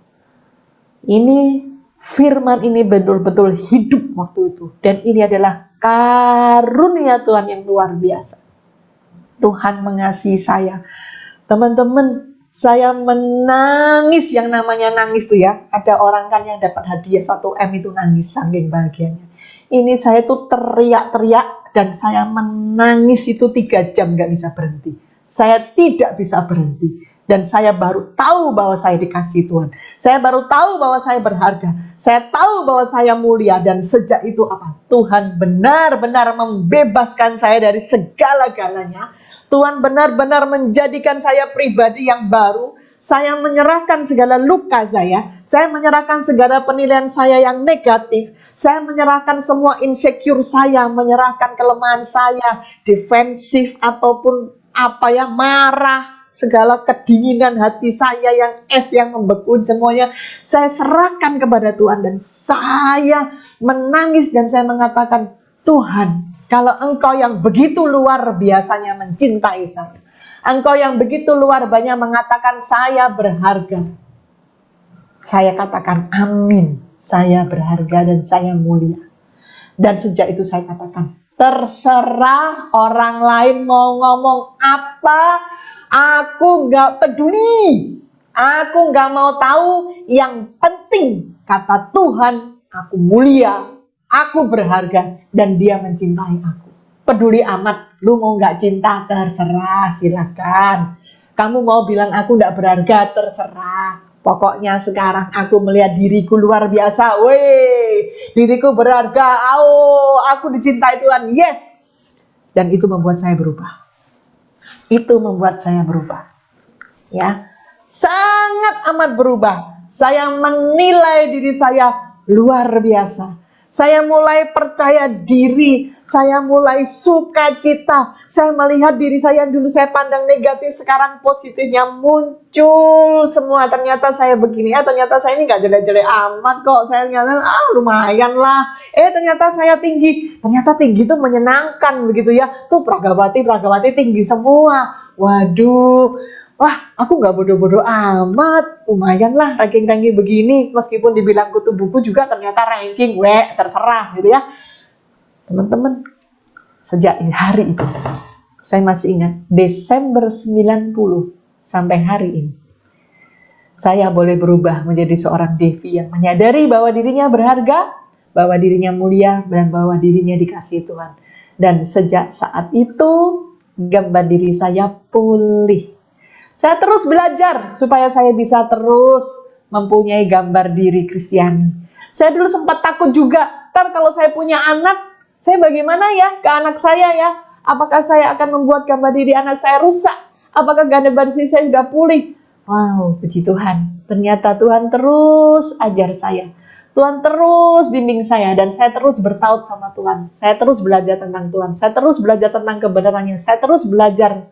Ini firman ini betul-betul hidup waktu itu. Dan ini adalah karunia Tuhan yang luar biasa. Tuhan mengasihi saya. Teman-teman, saya menangis, yang namanya nangis tuh ya. Ada orang kan yang dapat hadiah 1 M itu nangis saking bahagianya. Ini saya tuh teriak-teriak dan saya menangis itu 3 jam gak bisa berhenti. Saya tidak bisa berhenti. Dan saya baru tahu bahwa saya dikasihi Tuhan. Saya baru tahu bahwa saya berharga. Saya tahu bahwa saya mulia. Dan sejak itu apa? Tuhan benar-benar membebaskan saya dari segala-galanya. Tuhan benar-benar menjadikan saya pribadi yang baru. Saya menyerahkan segala luka saya. Saya menyerahkan segala penilaian saya yang negatif. Saya menyerahkan semua insecure saya. Menyerahkan kelemahan saya. Defensif ataupun marah. Segala kedinginan hati saya yang yang membeku semuanya. Saya serahkan kepada Tuhan. Dan saya menangis dan saya mengatakan, Tuhan, kalau engkau yang begitu luar biasanya mencintai saya, engkau yang begitu luar biasanya mengatakan saya berharga, saya katakan amin, saya berharga dan saya mulia. Dan sejak itu saya katakan, terserah orang lain mau ngomong apa, aku gak peduli, aku gak mau tahu. Yang penting kata Tuhan, aku mulia, aku berharga, dan Dia mencintai aku. Peduli amat, lu mau gak cinta terserah, silakan. Kamu mau bilang aku gak berharga, terserah. Pokoknya sekarang aku melihat diriku luar biasa. Diriku berharga. Aku dicintai Tuhan. Yes. Dan itu membuat saya berubah. Itu membuat saya berubah. Ya. Sangat amat berubah. Saya menilai diri saya luar biasa. Saya mulai percaya diri. Saya mulai sukacita. Saya melihat diri saya yang dulu saya pandang negatif, sekarang positifnya muncul semua. Ternyata saya begini, ternyata saya ini gak jelek-jelek amat kok. Saya ternyata lumayan lah. Ternyata saya tinggi. Ternyata tinggi itu menyenangkan begitu ya. Tuh Pragawati tinggi semua. Waduh. Wah, aku gak bodoh-bodoh amat. Lumayan lah ranking-ranking begini. Meskipun dibilang kutu buku juga ternyata ranking terserah gitu ya. Teman-teman, sejak hari itu, saya masih ingat, Desember 90 sampai hari ini, saya boleh berubah menjadi seorang Devi yang menyadari bahwa dirinya berharga, bahwa dirinya mulia, dan bahwa dirinya dikasihi Tuhan. Dan sejak saat itu, gambar diri saya pulih. Saya terus belajar supaya saya bisa terus mempunyai gambar diri Kristiani. Saya dulu sempat takut juga, ntar kalau saya punya anak, saya bagaimana ya ke anak saya ya? Apakah saya akan membuat gambar diri anak saya rusak? Apakah gambar diri saya sudah pulih? Wow, puji Tuhan. Ternyata Tuhan terus ajar saya. Tuhan terus bimbing saya. Dan saya terus bertaut sama Tuhan. Saya terus belajar tentang Tuhan. Saya terus belajar tentang kebenarannya. Saya terus belajar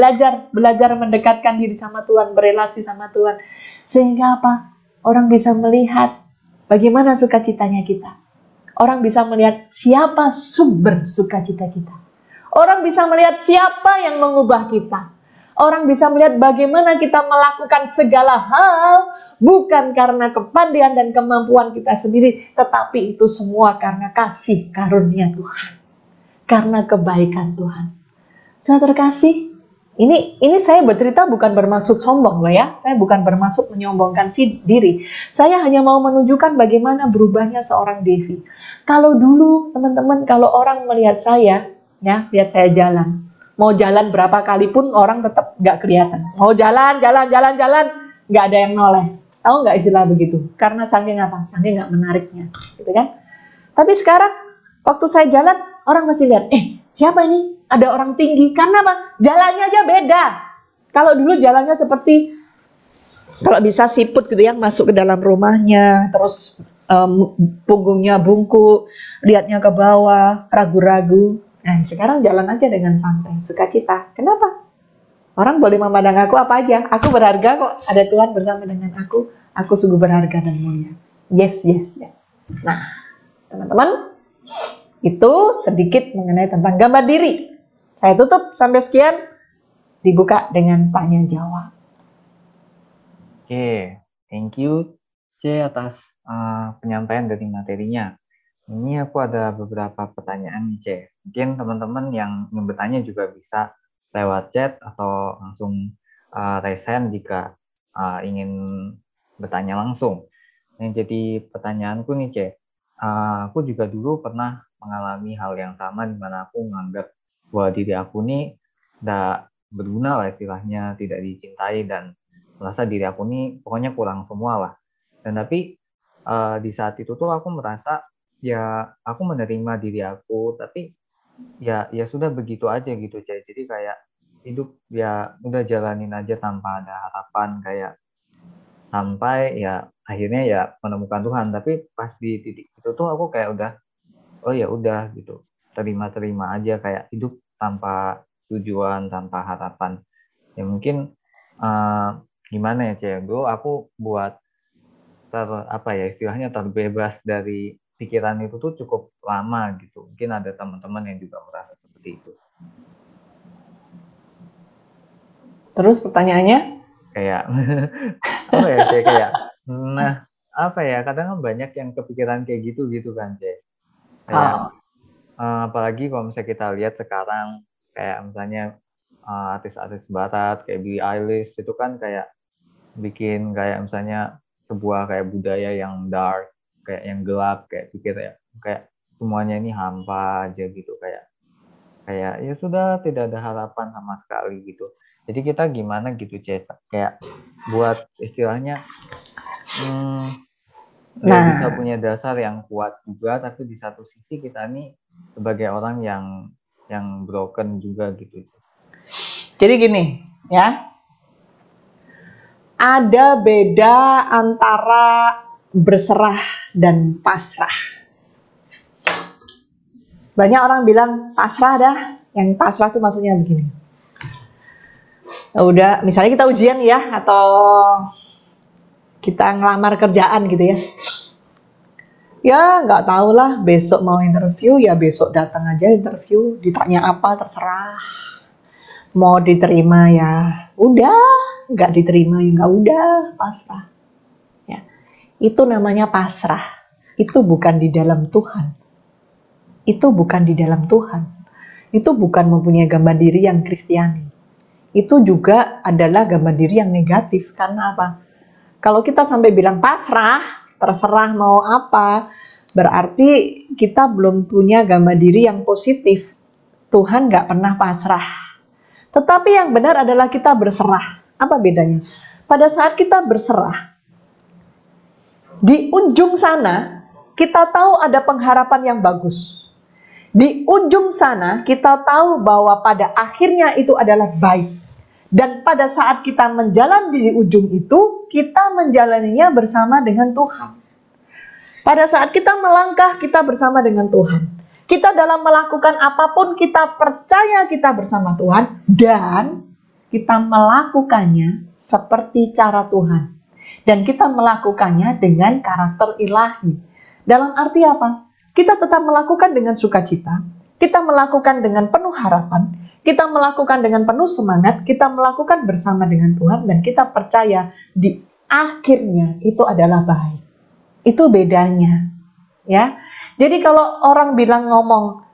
mendekatkan diri sama Tuhan. Berelasi sama Tuhan. Sehingga apa? Orang bisa melihat bagaimana sukacitanya kita. Orang bisa melihat siapa sumber sukacita kita. Orang bisa melihat siapa yang mengubah kita. Orang bisa melihat bagaimana kita melakukan segala hal bukan karena kepandaian dan kemampuan kita sendiri, tetapi itu semua karena kasih karunia Tuhan, karena kebaikan Tuhan. Saudara terkasih, ini saya bercerita bukan bermaksud sombong loh ya. Saya bukan bermaksud menyombongkan diri. Saya hanya mau menunjukkan bagaimana berubahnya seorang Devi. Kalau dulu teman-teman, kalau orang melihat saya, ya lihat saya jalan, mau jalan berapa kali pun orang tetap nggak kelihatan. Mau jalan, nggak ada yang noleh. Tahu nggak istilah begitu? Karena saking apa? Saking nggak menariknya, gitu kan? Tapi sekarang waktu saya jalan, orang masih lihat, siapa ini? Ada orang tinggi. Karena apa? Jalannya aja beda. Kalau dulu jalannya seperti, kalau bisa siput gitu ya, masuk ke dalam rumahnya, terus punggungnya bungkuk, lihatnya ke bawah, ragu-ragu. Nah, sekarang jalan aja dengan santai, sukacita. Kenapa? Orang boleh memandang aku apa aja. Aku berharga kok. Ada Tuhan bersama dengan aku. Aku sungguh berharga dan mulia. Yes. Nah, teman-teman, itu sedikit mengenai tentang gambar diri. Saya tutup sampai sekian, dibuka dengan tanya jawab. Oke, thank you C atas penyampaian dari materinya. Ini aku ada beberapa pertanyaan nih C. Mungkin teman-teman yang ingin bertanya juga bisa lewat chat atau langsung raise hand jika ingin bertanya langsung. Yang jadi pertanyaanku nih C, aku juga dulu pernah mengalami hal yang sama di mana aku menganggap bahwa diri aku nih tidak berguna lah istilahnya, tidak dicintai dan merasa diri aku nih pokoknya kurang semua lah. Dan tapi di saat itu tuh aku merasa ya aku menerima diri aku, tapi ya sudah begitu aja gitu Cai. Jadi kayak hidup ya udah jalanin aja tanpa ada harapan, kayak sampai ya akhirnya ya menemukan Tuhan. Tapi pas di titik itu tuh aku kayak udah, oh ya udah gitu, terima aja, kayak hidup tanpa tujuan, tanpa harapan. Ya mungkin gimana ya Cek, dulu aku buat istilahnya terbebas dari pikiran itu tuh cukup lama gitu. Mungkin ada teman-teman yang juga merasa seperti itu. Terus pertanyaannya? Kayak apa ya Cek, kayak apa ya, kadang kan banyak yang kepikiran kayak gitu kan Cek. Kayak apalagi kalau misalnya kita lihat sekarang, kayak misalnya artis-artis barat kayak Billie Eilish itu kan kayak bikin kayak misalnya sebuah kayak budaya yang dark, kayak yang gelap, kayak pikir ya kayak semuanya ini hampa aja gitu, kayak ya sudah tidak ada harapan sama sekali gitu. Jadi kita gimana gitu kayak buat istilahnya bisa punya dasar yang kuat juga, tapi di satu sisi kita nih sebagai orang yang broken juga gitu. Jadi gini ya, ada beda antara berserah dan pasrah. Banyak orang bilang pasrah dah. Yang pasrah itu maksudnya begini. Udah, misalnya kita ujian ya, atau kita ngelamar kerjaan gitu ya. Ya nggak tahu lah, besok mau interview ya besok datang aja interview, ditanya apa terserah. Mau diterima ya udah, nggak diterima ya nggak udah, pasrah. Ya, itu namanya pasrah. Itu bukan di dalam Tuhan. Itu bukan di dalam Tuhan. Itu bukan mempunyai gambar diri yang Kristiani. Itu juga adalah gambar diri yang negatif. Karena apa? Kalau kita sampai bilang pasrah, terserah mau apa, berarti kita belum punya gambar diri yang positif. Tuhan gak pernah pasrah. Tetapi yang benar adalah kita berserah. Apa bedanya? Pada saat kita berserah, di ujung sana kita tahu ada pengharapan yang bagus. Di ujung sana kita tahu bahwa pada akhirnya itu adalah baik. Dan pada saat kita menjalani di ujung itu, kita menjalaninya bersama dengan Tuhan. Pada saat kita melangkah, kita bersama dengan Tuhan. Kita dalam melakukan apapun, kita percaya kita bersama Tuhan. Dan kita melakukannya seperti cara Tuhan. Dan kita melakukannya dengan karakter ilahi. Dalam arti apa? Kita tetap melakukan dengan sukacita. kita melakukan dengan penuh harapan, kita melakukan dengan penuh semangat, kita melakukan bersama dengan Tuhan, dan kita percaya di akhirnya itu adalah baik. Itu bedanya, ya. Jadi kalau orang bilang ngomong,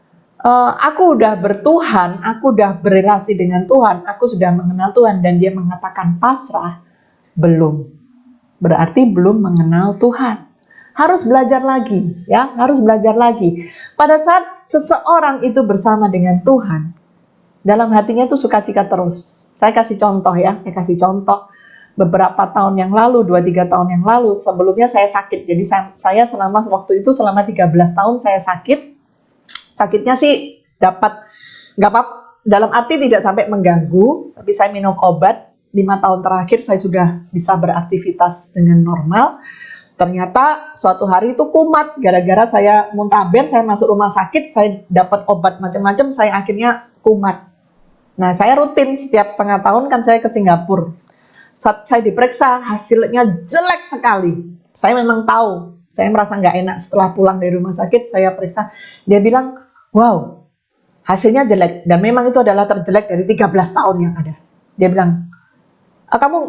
aku udah bertuhan, aku udah berrelasi dengan Tuhan, aku sudah mengenal Tuhan, dan dia mengatakan pasrah, belum. Berarti belum mengenal Tuhan. Harus belajar lagi, ya, harus belajar lagi. Pada saat seseorang itu bersama dengan Tuhan, dalam hatinya itu sukacita terus. Saya kasih contoh ya, saya kasih contoh. Beberapa tahun yang lalu, 2-3 tahun yang lalu, sebelumnya saya sakit. Jadi saya selama waktu itu, selama 13 tahun saya sakit. Sakitnya sih dapat, nggak apa, dalam arti tidak sampai mengganggu, tapi saya minum obat. 5 tahun terakhir saya sudah bisa beraktivitas dengan normal. Ternyata suatu hari itu kumat, gara-gara saya muntaber, saya masuk rumah sakit, saya dapat obat macam-macam, saya akhirnya kumat. Nah, saya rutin setiap setengah tahun kan saya ke Singapura. Saat saya diperiksa, hasilnya jelek sekali. Saya memang tahu, saya merasa nggak enak setelah pulang dari rumah sakit, saya periksa. Dia bilang, wow, hasilnya jelek. Dan memang itu adalah terjelek dari 13 tahun yang ada. Dia bilang, kamu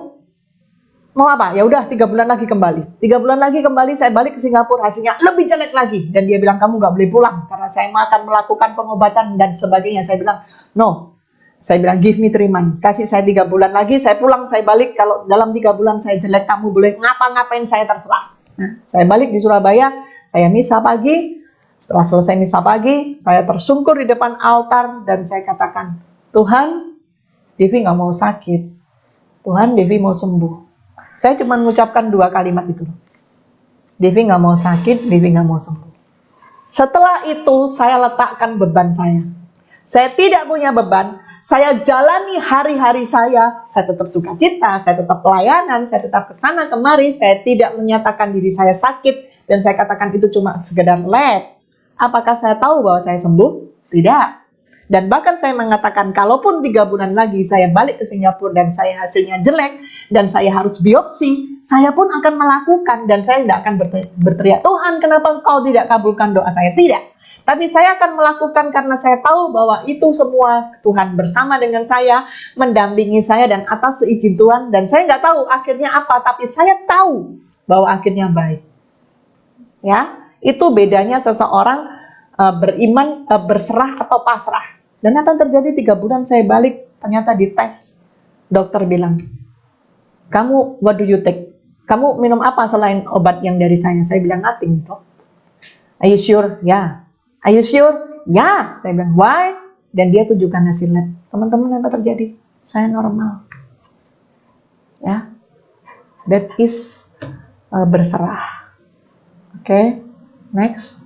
mau apa? Ya udah 3 bulan lagi kembali. 3 bulan lagi kembali, saya balik ke Singapura, hasilnya lebih jelek lagi. Dan dia bilang, kamu nggak boleh pulang, karena saya akan melakukan pengobatan dan sebagainya. Saya bilang, no. Saya bilang, give me 3 months. Kasih saya 3 bulan lagi, saya pulang, saya balik. Kalau dalam 3 bulan saya jelek, kamu boleh ngapa-ngapain saya terserah. Nah, saya balik di Surabaya, saya misa pagi. Setelah selesai misa pagi, saya tersungkur di depan altar dan saya katakan, Tuhan, Devi nggak mau sakit. Tuhan, Devi mau sembuh. Saya cuma mengucapkan 2 kalimat itu. Devi nggak mau sakit, Devi nggak mau sembuh. Setelah itu, saya letakkan beban saya. Saya tidak punya beban, saya jalani hari-hari saya tetap sukacita, saya tetap pelayanan, saya tetap kesana kemari, saya tidak menyatakan diri saya sakit, dan saya katakan itu cuma sekedar lab. Apakah saya tahu bahwa saya sembuh? Tidak. Dan bahkan saya mengatakan, kalaupun 3 bulan lagi saya balik ke Singapura dan saya hasilnya jelek, dan saya harus biopsi, saya pun akan melakukan, dan saya tidak akan berteriak, Tuhan kenapa engkau tidak kabulkan doa saya? Tidak. Tapi saya akan melakukan karena saya tahu bahwa itu semua Tuhan bersama dengan saya, mendampingi saya dan atas seizin Tuhan. Dan saya nggak tahu akhirnya apa, tapi saya tahu bahwa akhirnya baik. Ya, itu bedanya seseorang beriman, berserah atau pasrah. Dan apa yang terjadi 3 bulan saya balik, ternyata dites. Dokter bilang, kamu what do you take? Kamu minum apa selain obat yang dari saya? Saya bilang nothing, dok. Are you sure? Ya. Are you sure? Ya. Saya bilang, why? Dan dia tunjukkan hasil lab. Teman-teman, apa terjadi? Saya normal. Ya. That is berserah. Oke. Next.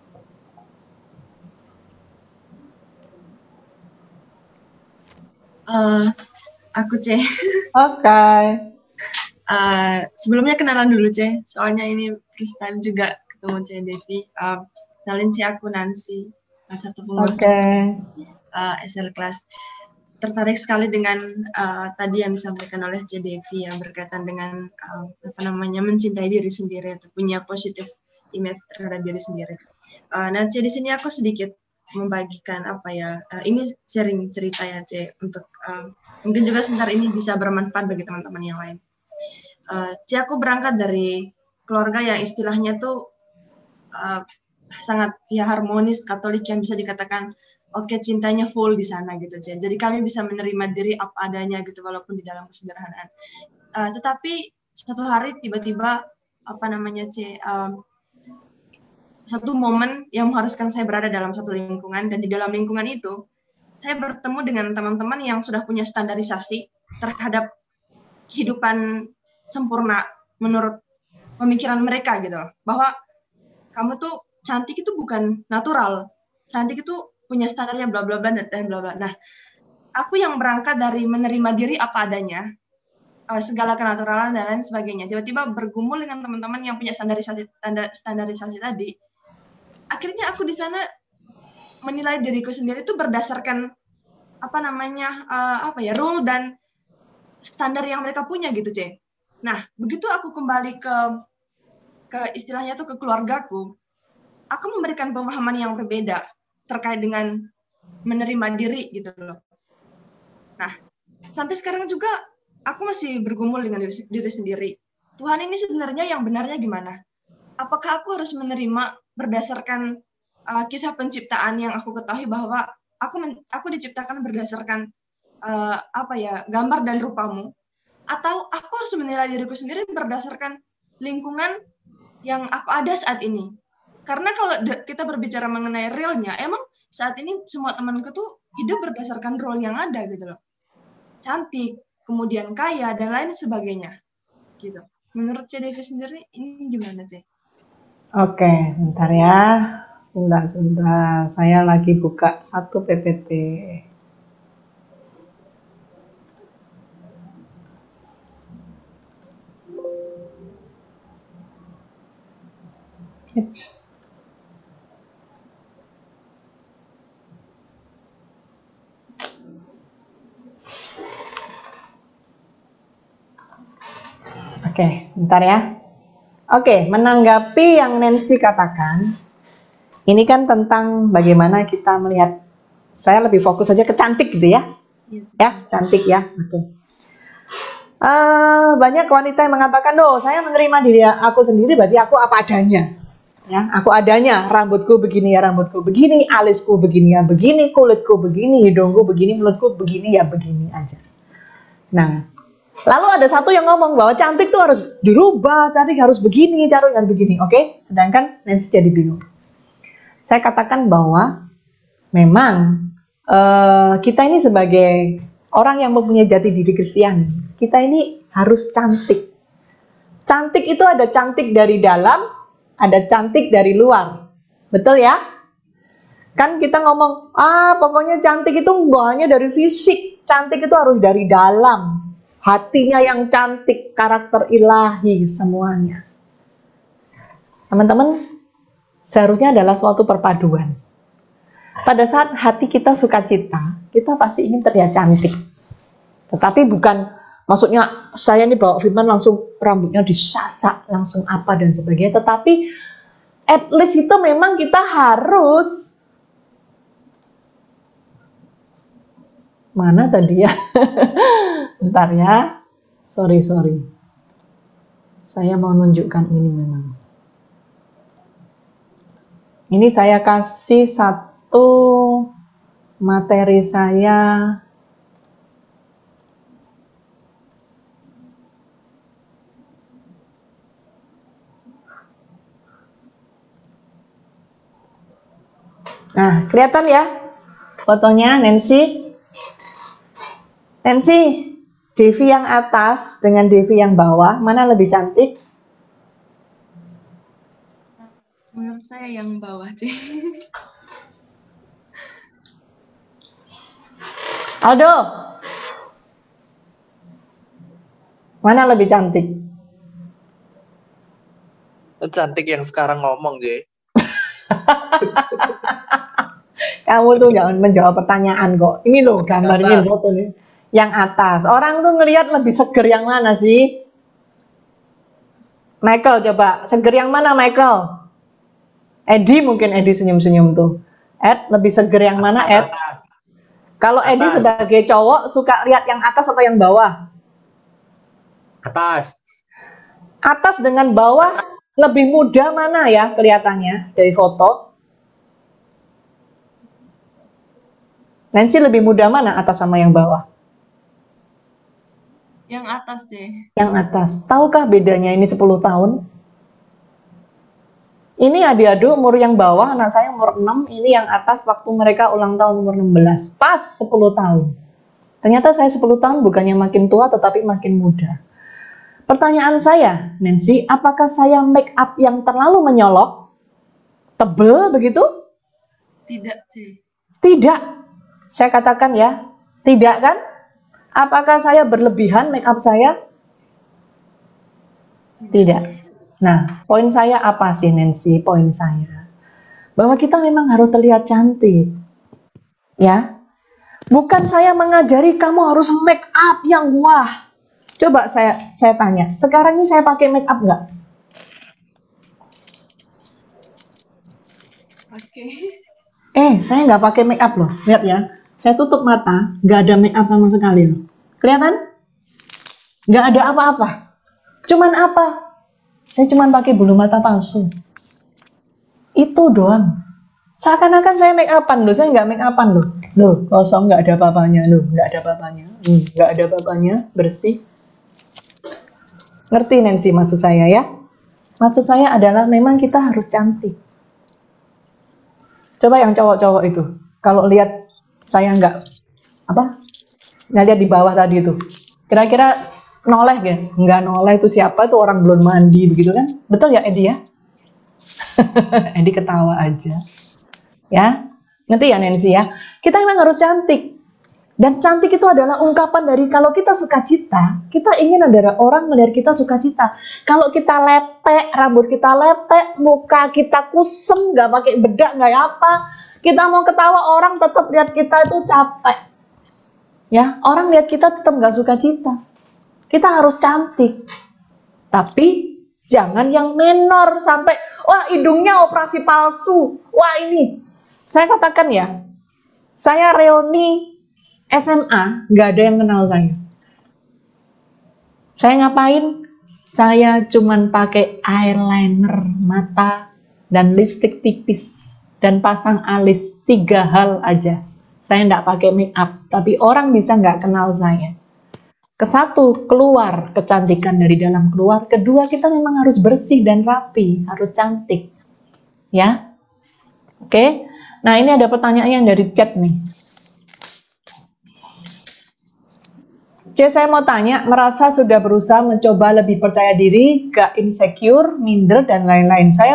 Aku C. Oke. Sebelumnya kenalan dulu C. Soalnya ini first time juga ketemu C Devi. Kenalin C, aku Nancy, salah satu pengurus SL Class. Tertarik sekali dengan tadi yang disampaikan oleh C Devi yang berkaitan dengan mencintai diri sendiri atau punya positif image terhadap diri sendiri. Nah C, di sini aku sedikit membagikan ini sharing cerita ya C, untuk mungkin juga sebentar ini bisa bermanfaat bagi teman-teman yang lain. C, aku berangkat dari keluarga yang istilahnya tuh sangat ya harmonis, Katolik yang bisa dikatakan oke, cintanya full di sana gitu C. Jadi kami bisa menerima diri apa adanya gitu walaupun di dalam kesederhanaan. Tetapi satu hari tiba-tiba C, satu momen yang mengharuskan saya berada dalam satu lingkungan, dan di dalam lingkungan itu saya bertemu dengan teman-teman yang sudah punya standarisasi terhadap kehidupan sempurna menurut pemikiran mereka gitu, bahwa kamu tuh cantik itu bukan natural, cantik itu punya standarnya bla bla bla dan bla bla. Nah, aku yang berangkat dari menerima diri apa adanya, segala kenaturalan dan lain sebagainya, tiba-tiba bergumul dengan teman-teman yang punya standarisasi tadi. Akhirnya aku di sana menilai diriku sendiri itu berdasarkan rule dan standar yang mereka punya gitu C. Nah, begitu aku kembali ke istilahnya tuh ke keluargaku, aku memberikan pemahaman yang berbeda terkait dengan menerima diri gitu loh. Nah, sampai sekarang juga aku masih bergumul dengan diri sendiri. Tuhan ini sebenarnya yang benarnya gimana? Apakah aku harus menerima berdasarkan kisah penciptaan yang aku ketahui bahwa aku diciptakan berdasarkan gambar dan rupamu, atau aku harus menilai diriku sendiri berdasarkan lingkungan yang aku ada saat ini? Karena kalau kita berbicara mengenai realnya, emang saat ini semua temanku tuh hidup berdasarkan role yang ada gitu loh. Cantik, kemudian kaya, dan lain sebagainya. Gitu. Menurut C. Devi sendiri, ini gimana, C? Oke, bentar ya. Sebentar. Saya lagi buka satu PPT. Oke, bentar ya. Oke, menanggapi yang Nancy katakan, ini kan tentang bagaimana kita melihat, saya lebih fokus saja ke cantik gitu ya. Ya, cantik ya, betul. Banyak wanita yang mengatakan, saya menerima diri aku sendiri, berarti aku apa adanya. Ya, aku adanya, rambutku begini ya rambutku begini, alisku begini ya begini, kulitku begini, hidungku begini, mulutku begini ya begini aja. Nah, lalu ada satu yang ngomong bahwa cantik tuh harus dirubah, cantik harus begini, cantik harus begini, oke? Sedangkan Nancy jadi bingung. Saya katakan bahwa memang kita ini sebagai orang yang mempunyai jati diri Kristiani, kita ini harus cantik. Cantik itu ada cantik dari dalam, ada cantik dari luar. Betul ya? Kan kita ngomong, pokoknya cantik itu nggak hanya dari fisik, cantik itu harus dari dalam. Hatinya yang cantik, karakter ilahi semuanya. Teman-teman, seharusnya adalah suatu perpaduan. Pada saat hati kita sukacita, kita pasti ingin terlihat cantik. Tetapi bukan maksudnya saya ini bawa firman langsung rambutnya disasak, langsung apa dan sebagainya. Tetapi at least itu memang kita harus, mana tadi ya? Bentar ya, sorry. Saya mau nunjukkan ini memang. Ini saya kasih satu materi saya. Nah, kelihatan ya fotonya Nancy? Nancy, Devi yang atas dengan Devi yang bawah, mana lebih cantik? Menurut saya yang bawah, sih. Aldo, mana lebih cantik? Cantik yang sekarang ngomong, J. Kamu tuh jangan menjawab pertanyaan kok. Ini loh gambar ini foto nih. Yang atas. Orang tuh ngelihat lebih seger yang mana sih? Michael coba. Seger yang mana Michael? Edi mungkin Edi senyum-senyum tuh. Ed lebih seger yang mana Ed? Kalau Edi sebagai cowok suka lihat yang atas atau yang bawah? Atas. Atas dengan bawah lebih muda mana ya kelihatannya dari foto? Nancy lebih muda mana atas sama yang bawah? Yang atas, deh. Yang atas. Tahukah bedanya ini 10 tahun? Ini adik-adik umur yang bawah, anak saya umur 6, ini yang atas waktu mereka ulang tahun umur 16. Pas 10 tahun. Ternyata saya 10 tahun bukannya makin tua tetapi makin muda. Pertanyaan saya, Nancy, apakah saya make up yang terlalu menyolok? Tebel begitu? Tidak, sih. Tidak. Saya katakan ya, tidak kan? Apakah saya berlebihan make up saya? Tidak. Nah, poin saya apa sih Nancy? Poin saya bahwa kita memang harus terlihat cantik. Ya. Bukan saya mengajari kamu harus make up yang wah. Coba saya tanya, sekarang ini saya pakai make up nggak? Oke. Saya nggak pakai make up loh. Lihat ya, saya tutup mata, nggak ada make up sama sekali loh. Kelihatan? Nggak ada apa-apa. Cuman apa? Saya cuman pakai bulu mata palsu. Itu doang. Seakan-akan saya make upan loh, saya nggak make upan loh. Loh, kosong, nggak ada apa-apanya loh, nggak ada apa-apanya. Nggak ada apa-apanya, bersih. Ngerti Nancy maksud saya ya? Maksud saya adalah memang kita harus cantik. Coba yang cowok-cowok itu, kalau lihat saya nggak lihat di bawah tadi itu, kira-kira noleh gak? Nggak noleh itu siapa tuh, orang belum mandi begitu kan? Betul ya Edi ya? Edi ketawa aja. Ya, ngerti ya Nancy ya? Kita memang harus cantik. Dan cantik itu adalah ungkapan dari kalau kita sukacita, kita ingin ada orang melihat kita sukacita. Kalau kita lepek, rambut kita lepek, muka kita kusem, nggak pakai bedak, nggak apa, kita mau ketawa orang tetap lihat kita itu capek. Ya, orang lihat kita tetap nggak sukacita. Kita harus cantik. Tapi jangan yang menor sampai, wah hidungnya operasi palsu, wah ini. Saya katakan ya, saya reuni SMA, nggak ada yang kenal saya. Saya ngapain? Saya cuman pakai eyeliner mata dan lipstick tipis dan pasang alis, 3 hal aja. Saya nggak pakai make up, tapi orang bisa nggak kenal saya. Kesatu, keluar kecantikan dari dalam keluar. Kedua, kita memang harus bersih dan rapi, harus cantik, ya. Oke. Nah ini ada pertanyaan yang dari chat nih. Saya mau tanya, merasa sudah berusaha mencoba lebih percaya diri, gak insecure, minder, dan lain-lain. Saya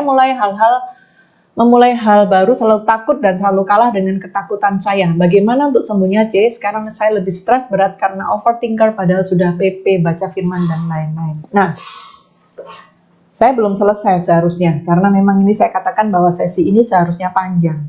memulai hal baru, selalu takut dan selalu kalah dengan ketakutan saya. Bagaimana untuk sembuhnya, C? Sekarang saya lebih stres berat karena overthinker, padahal sudah PP, baca firman, dan lain-lain. Nah, saya belum selesai seharusnya, karena memang ini saya katakan bahwa sesi ini seharusnya panjang.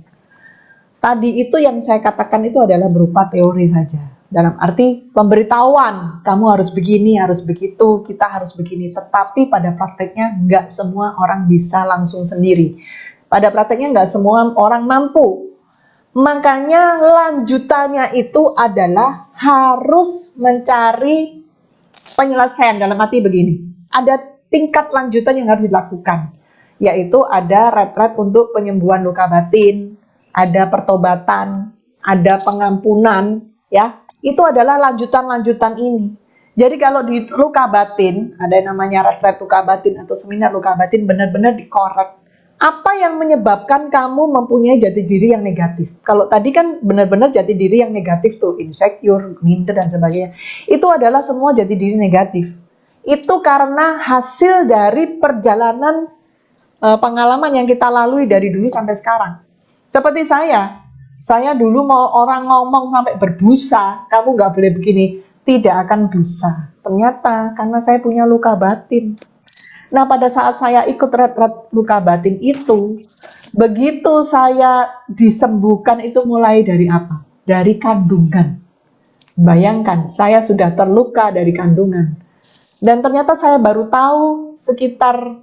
Tadi itu yang saya katakan itu adalah berupa teori saja. Dalam arti pemberitahuan, kamu harus begini, harus begitu, kita harus begini. Tetapi pada prakteknya nggak semua orang bisa langsung sendiri. Pada prakteknya nggak semua orang mampu. Makanya lanjutannya itu adalah harus mencari penyelesaian. Dalam arti begini, ada tingkat lanjutan yang harus dilakukan. Yaitu ada retret untuk penyembuhan luka batin, ada pertobatan, ada pengampunan, ya. Itu adalah lanjutan-lanjutan ini. Jadi kalau di luka batin, ada yang namanya retret luka batin atau seminar luka batin, benar-benar dikorek. Apa yang menyebabkan kamu mempunyai jati diri yang negatif? Kalau tadi kan benar-benar jati diri yang negatif tuh, insecure, minder, dan sebagainya. Itu adalah semua jati diri negatif. Itu karena hasil dari perjalanan pengalaman yang kita lalui dari dulu sampai sekarang. Seperti saya dulu mau orang ngomong sampai berbusa, kamu nggak boleh begini, tidak akan bisa. Ternyata karena saya punya luka batin. Nah pada saat saya ikut retret luka batin itu, begitu saya disembuhkan itu mulai dari apa? Dari kandungan. Bayangkan, saya sudah terluka dari kandungan. Dan ternyata saya baru tahu sekitar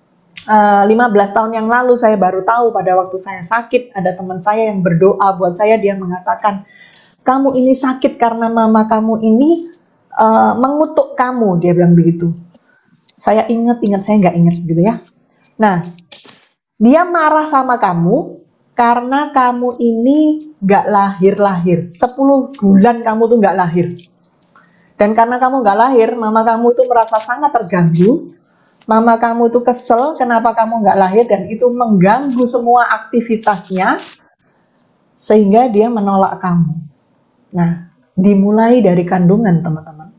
15 tahun yang lalu saya baru tahu pada waktu saya sakit, ada teman saya yang berdoa buat saya, dia mengatakan, kamu ini sakit karena mama kamu ini mengutuk kamu, dia bilang begitu. Saya ingat, saya nggak ingat gitu ya. Nah, dia marah sama kamu karena kamu ini nggak lahir-lahir. 10 bulan kamu tuh nggak lahir. Dan karena kamu nggak lahir, mama kamu tuh merasa sangat terganggu. Mama kamu tuh kesel kenapa kamu nggak lahir dan itu mengganggu semua aktivitasnya sehingga dia menolak kamu. Nah, dimulai dari kandungan teman-teman.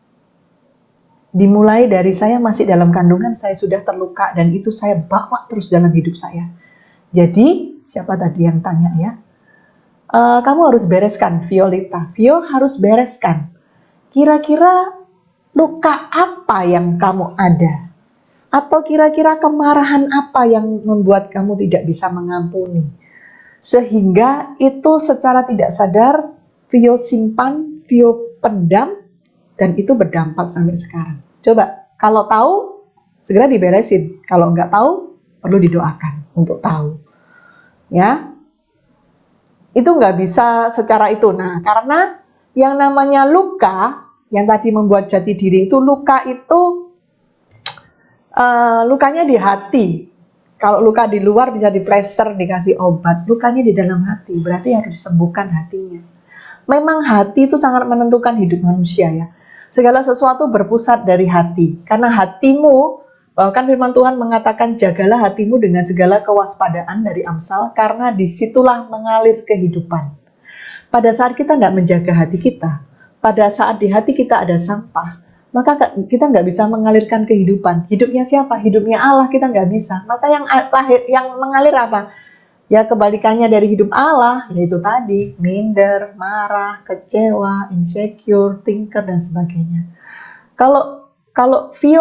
Dimulai dari saya masih dalam kandungan, saya sudah terluka dan itu saya bawa terus dalam hidup saya. Jadi, siapa tadi yang tanya ya? Kamu harus bereskan, Violeta. Vio harus bereskan. Kira-kira luka apa yang kamu ada? Atau kira-kira kemarahan apa yang membuat kamu tidak bisa mengampuni? Sehingga itu secara tidak sadar Vio simpan, Vio pendam, dan itu berdampak sampai sekarang. Coba, kalau tahu, segera diberesin. Kalau nggak tahu, perlu didoakan untuk tahu. Ya. Itu nggak bisa secara itu. Nah, karena yang namanya luka, yang tadi membuat jati diri itu, luka itu lukanya di hati. Kalau luka di luar bisa diplester, dikasih obat. Lukanya di dalam hati, berarti harus disembuhkan hatinya. Memang hati itu sangat menentukan hidup manusia ya. Segala sesuatu berpusat dari hati. Karena hatimu, bahkan firman Tuhan mengatakan jagalah hatimu dengan segala kewaspadaan dari Amsal, karena disitulah mengalir kehidupan. Pada saat kita tidak menjaga hati kita, pada saat di hati kita ada sampah, maka kita nggak bisa mengalirkan kehidupan. Hidupnya siapa? Hidupnya Allah, kita nggak bisa. Maka yang mengalir apa? Ya kebalikannya dari hidup Allah, yaitu tadi minder, marah, kecewa, insecure, tinker dan sebagainya. Kalau Vio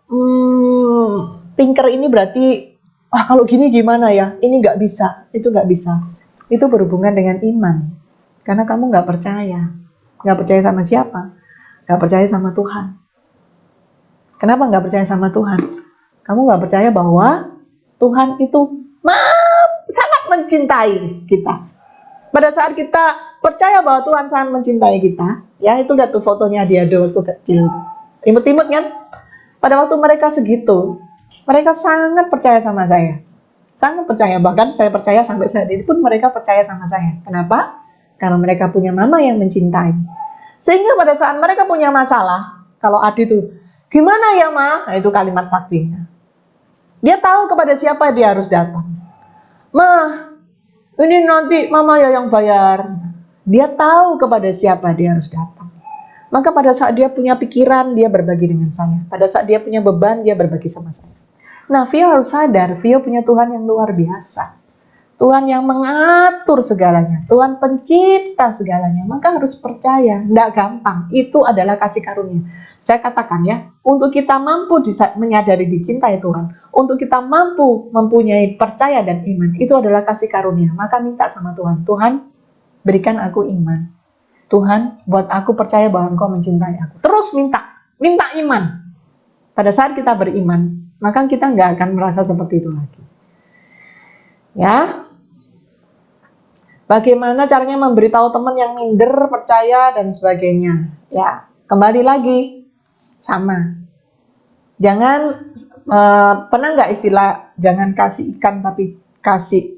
tinker ini berarti, kalau gini gimana ya? Ini nggak bisa, itu nggak bisa. Itu berhubungan dengan iman, karena kamu nggak percaya. Nggak percaya sama siapa? Nggak percaya sama Tuhan. Kenapa nggak percaya sama Tuhan? Kamu nggak percaya bahwa Tuhan itu sangat mencintai kita. Pada saat kita percaya bahwa Tuhan sangat mencintai kita, ya itu lihat tuh fotonya dia waktu kecil, imut-imut kan? Pada waktu mereka segitu, mereka sangat percaya sama saya, sangat percaya. Bahkan saya percaya sampai saat ini pun mereka percaya sama saya. Kenapa? Karena mereka punya mama yang mencintai. Sehingga pada saat mereka punya masalah, kalau Adi tuh, gimana ya Ma? Nah, itu kalimat saktinya. Dia tahu kepada siapa dia harus datang. Ma, ini nanti mama ya yang bayar. Dia tahu kepada siapa dia harus datang. Maka pada saat dia punya pikiran, dia berbagi dengan saya. Pada saat dia punya beban, dia berbagi sama saya. Nah, Vio harus sadar, Vio punya Tuhan yang luar biasa. Tuhan yang mengatur segalanya, Tuhan pencipta segalanya, maka harus percaya, tidak gampang, itu adalah kasih karunia. Saya katakan ya, untuk kita mampu menyadari dicintai Tuhan, untuk kita mampu mempunyai percaya dan iman, itu adalah kasih karunia. Maka minta sama Tuhan, Tuhan berikan aku iman, Tuhan buat aku percaya bahwa Engkau mencintai aku. Terus minta iman. Pada saat kita beriman, maka kita nggak akan merasa seperti itu lagi. Ya, bagaimana caranya memberitahu teman yang minder, percaya, dan sebagainya. Ya, kembali lagi, sama. Jangan, pernah nggak istilah, jangan kasih ikan tapi kasih,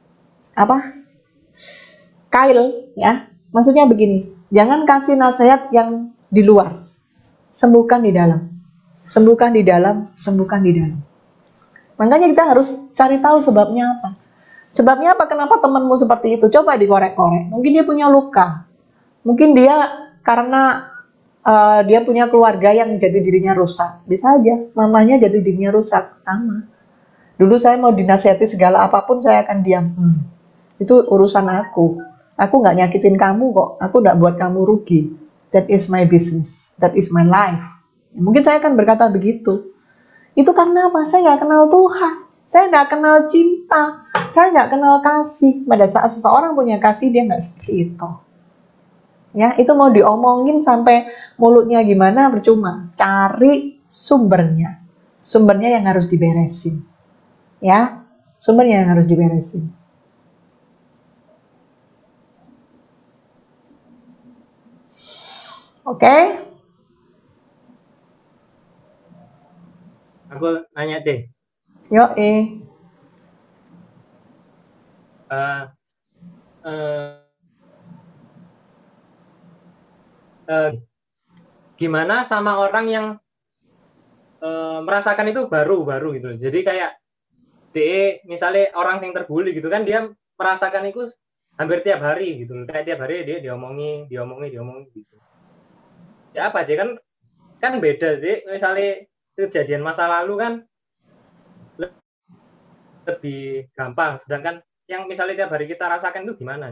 kail, ya. Maksudnya begini, jangan kasih nasihat yang di luar. Sembuhkan di dalam. Sembuhkan di dalam, sembuhkan di dalam. Makanya kita harus cari tahu sebabnya apa. Sebabnya apa? Kenapa temanmu seperti itu? Coba dikorek-korek. Mungkin dia punya luka. Mungkin dia karena dia punya keluarga yang jati dirinya rusak. Bisa aja, mamanya jati dirinya rusak. Sama. Dulu saya mau dinasihati segala apapun, saya akan diam. Itu urusan aku. Aku nggak nyakitin kamu kok. Aku nggak buat kamu rugi. That is my business. That is my life. Mungkin saya akan berkata begitu. Itu karena apa? Saya nggak kenal Tuhan. Saya nggak kenal cinta, saya nggak kenal kasih. Pada saat seseorang punya kasih, dia nggak seperti itu. Ya, itu mau diomongin sampai mulutnya gimana, percuma. Cari sumbernya. Sumbernya yang harus diberesin. Ya, sumbernya yang harus diberesin. Oke? Aku nanya, C. Gimana sama orang yang merasakan itu baru gitu. Jadi kayak misalnya orang yang terbuli gitu kan, dia merasakan itu hampir tiap hari gitu. Kayak tiap hari dia diomongin gitu. Ya apa aja kan beda sih. Misalnya kejadian masa lalu kan lebih gampang, sedangkan yang misalnya tiap hari kita rasakan itu gimana?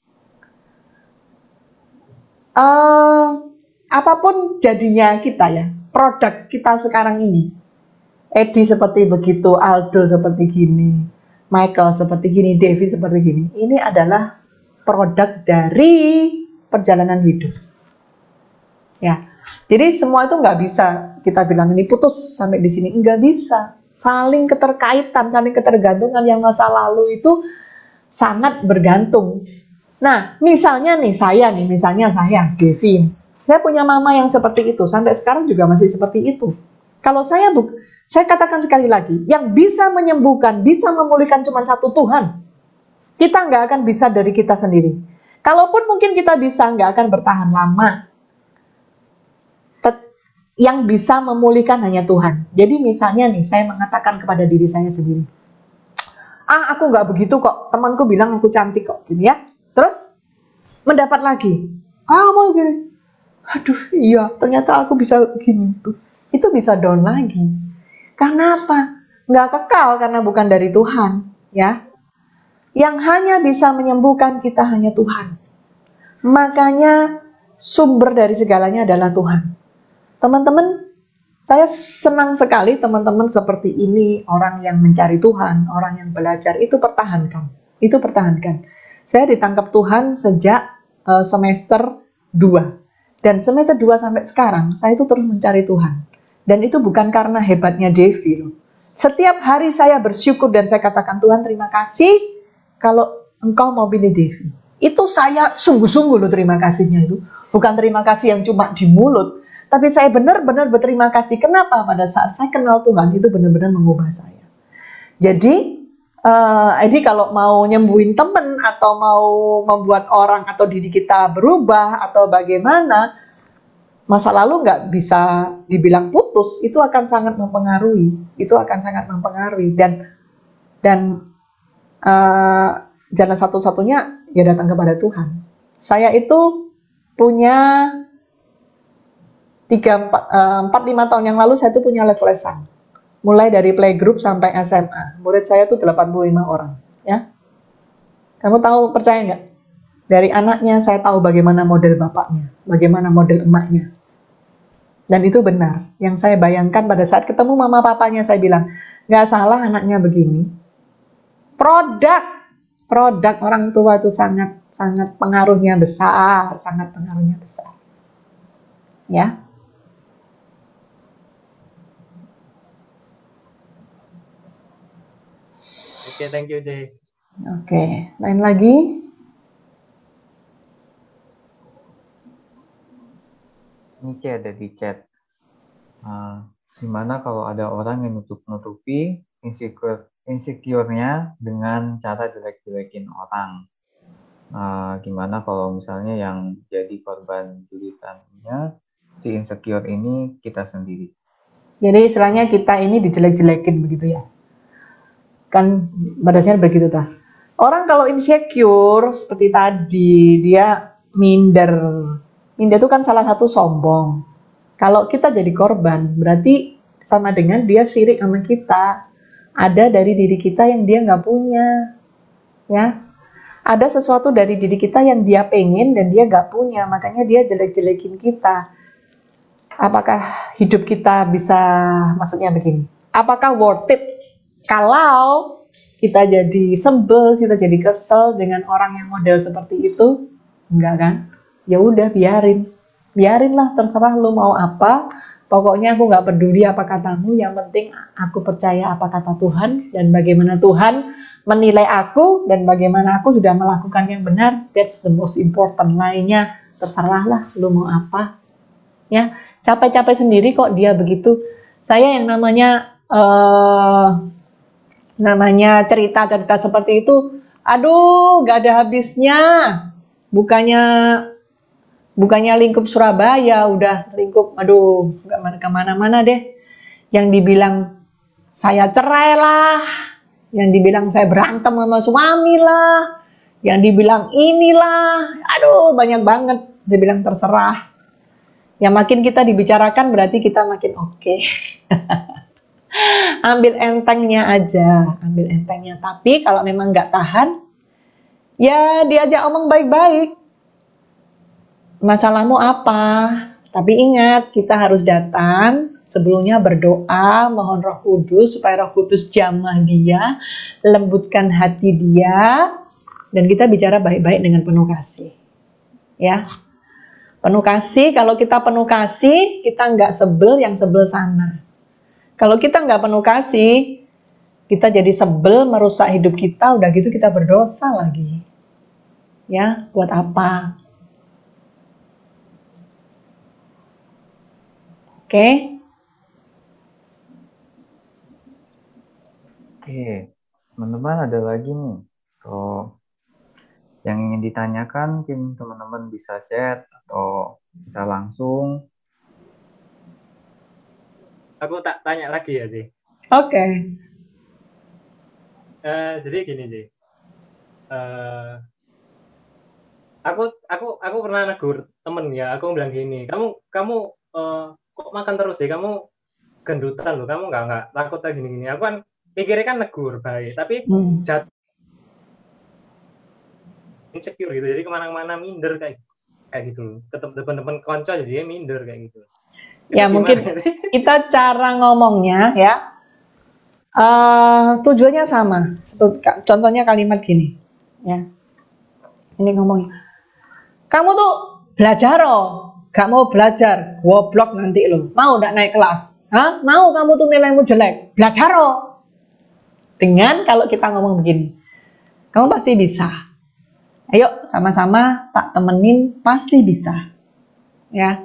Apapun jadinya kita ya, produk kita sekarang ini, Edi seperti begitu, Aldo seperti gini, Michael seperti gini, Devi seperti gini, ini adalah produk dari perjalanan hidup. Ya, jadi semua itu nggak bisa kita bilang ini putus sampai di sini, nggak bisa. Saling keterkaitan, saling ketergantungan. Yang masa lalu itu sangat bergantung. Nah, misalnya saya, Devi. Saya punya mama yang seperti itu, sampai sekarang juga masih seperti itu. Kalau saya katakan sekali lagi, yang bisa menyembuhkan, bisa memulihkan cuma satu Tuhan. Kita nggak akan bisa dari kita sendiri. Kalaupun mungkin kita bisa, nggak akan bertahan lama. Yang bisa memulihkan hanya Tuhan. Jadi misalnya nih, saya mengatakan kepada diri saya sendiri, aku nggak begitu kok, temanku bilang aku cantik kok, gitu ya. Terus mendapat lagi, mau gini, aduh iya ternyata aku bisa gini tuh. Itu bisa down lagi. Karena apa? Nggak kekal karena bukan dari Tuhan, ya. Yang hanya bisa menyembuhkan kita hanya Tuhan. Makanya sumber dari segalanya adalah Tuhan. Teman-teman, saya senang sekali teman-teman seperti ini, orang yang mencari Tuhan, orang yang belajar, itu pertahankan. Itu pertahankan. Saya ditangkap Tuhan sejak semester 2. Dan semester 2 sampai sekarang, saya itu terus mencari Tuhan. Dan itu bukan karena hebatnya Devi loh. Setiap hari saya bersyukur dan saya katakan, Tuhan terima kasih kalau Engkau mau pilih Devi. Itu saya sungguh-sungguh loh terima kasihnya itu. Bukan terima kasih yang cuma di mulut. Tapi saya benar-benar berterima kasih. Kenapa? Pada saat saya kenal Tuhan, itu benar-benar mengubah saya. Jadi kalau mau nyembuhin temen, atau mau membuat orang atau diri kita berubah, atau bagaimana, masa lalu nggak bisa dibilang putus, itu akan sangat mempengaruhi. Itu akan sangat mempengaruhi. Dan jalan satu-satunya ya datang kepada Tuhan. Saya itu punya 4-5 tahun yang lalu saya tuh punya les-lesan. Mulai dari playgroup sampai SMA. Murid saya tuh 85 orang. Ya. Kamu tahu, percaya nggak? Dari anaknya saya tahu bagaimana model bapaknya, bagaimana model emaknya. Dan itu benar. Yang saya bayangkan pada saat ketemu mama papanya, saya bilang, nggak salah anaknya begini. Produk orang tua itu sangat pengaruhnya besar, sangat pengaruhnya besar. Ya. Oke, thank you, Jay. Oke, lain lagi? Ini Ci ada di chat. Gimana kalau ada orang yang nutupi insecure-nya dengan cara jelek-jelekin orang? Gimana kalau misalnya yang jadi korban julitannya si insecure ini kita sendiri? Jadi istilahnya kita ini dijelek-jelekin begitu ya? Kan badasnya begitu tuh. Orang kalau insecure seperti tadi, dia minder. Minder itu kan salah satu sombong. Kalau kita jadi korban, berarti sama dengan dia sirik sama kita. Ada dari diri kita yang dia nggak punya. Ya, ada sesuatu dari diri kita yang dia pengen dan dia nggak punya. Makanya dia jelek-jelekin kita. Apakah hidup kita bisa, maksudnya begini, apakah worth it kalau kita jadi sebel, kita jadi kesel dengan orang yang model seperti itu? Enggak kan? Ya udah, biarinlah, terserah lu mau apa. Pokoknya aku nggak peduli apa katamu, yang penting aku percaya apa kata Tuhan dan bagaimana Tuhan menilai aku dan bagaimana aku sudah melakukan yang benar. That's the most important. Lainnya terserahlah lu mau apa. Ya, capek-capek sendiri kok dia begitu. Saya yang namanya cerita-cerita seperti itu, aduh gak ada habisnya. Bukannya lingkup Surabaya, udah lingkup, aduh gak kemana-mana deh. Yang dibilang saya cerai lah, yang dibilang saya berantem sama suami lah, yang dibilang inilah, aduh banyak banget. Dia bilang terserah. Yang makin kita dibicarakan berarti kita makin oke. Ambil entengnya aja, ambil entengnya. Tapi kalau memang nggak tahan, ya diajak omong baik-baik. Masalahmu apa? Tapi ingat, kita harus datang sebelumnya berdoa, mohon Roh Kudus supaya Roh Kudus jamah dia, lembutkan hati dia, dan kita bicara baik-baik dengan penuh kasih. Ya. Penuh kasih, kalau kita penuh kasih, kita nggak sebel yang sebel sana. Kalau kita nggak penuh kasih, kita jadi sebel, merusak hidup kita, udah gitu kita berdosa lagi. Ya, buat apa? Oke. Oke, teman-teman ada lagi nih. So, yang ingin ditanyakan mungkin teman-teman bisa chat atau bisa langsung. Aku tak tanya lagi ya, Ci. Oke. Jadi gini, Ci. Aku pernah negur temen ya. Aku bilang gini, kamu kok makan terus sih? Kamu gendutan loh. Kamu nggak takut gini-gini. Aku kan pikirnya kan negur baik, tapi jatuh insecure gitu. Jadi kemana-mana minder kayak gitu loh. Ketemu depan-depan konco jadi minder kayak gitu. Ya mungkin kita cara ngomongnya ya tujuannya sama. Contohnya kalimat gini, ya. Ini ngomongnya, kamu tuh belajar gak mau belajar, goblok nanti lo. Mau gak naik kelas? Hah? Mau kamu tuh nilaimu jelek, belajar Dengan kalau kita ngomong begini, kamu pasti bisa. Ayo sama-sama tak temenin, pasti bisa. Ya.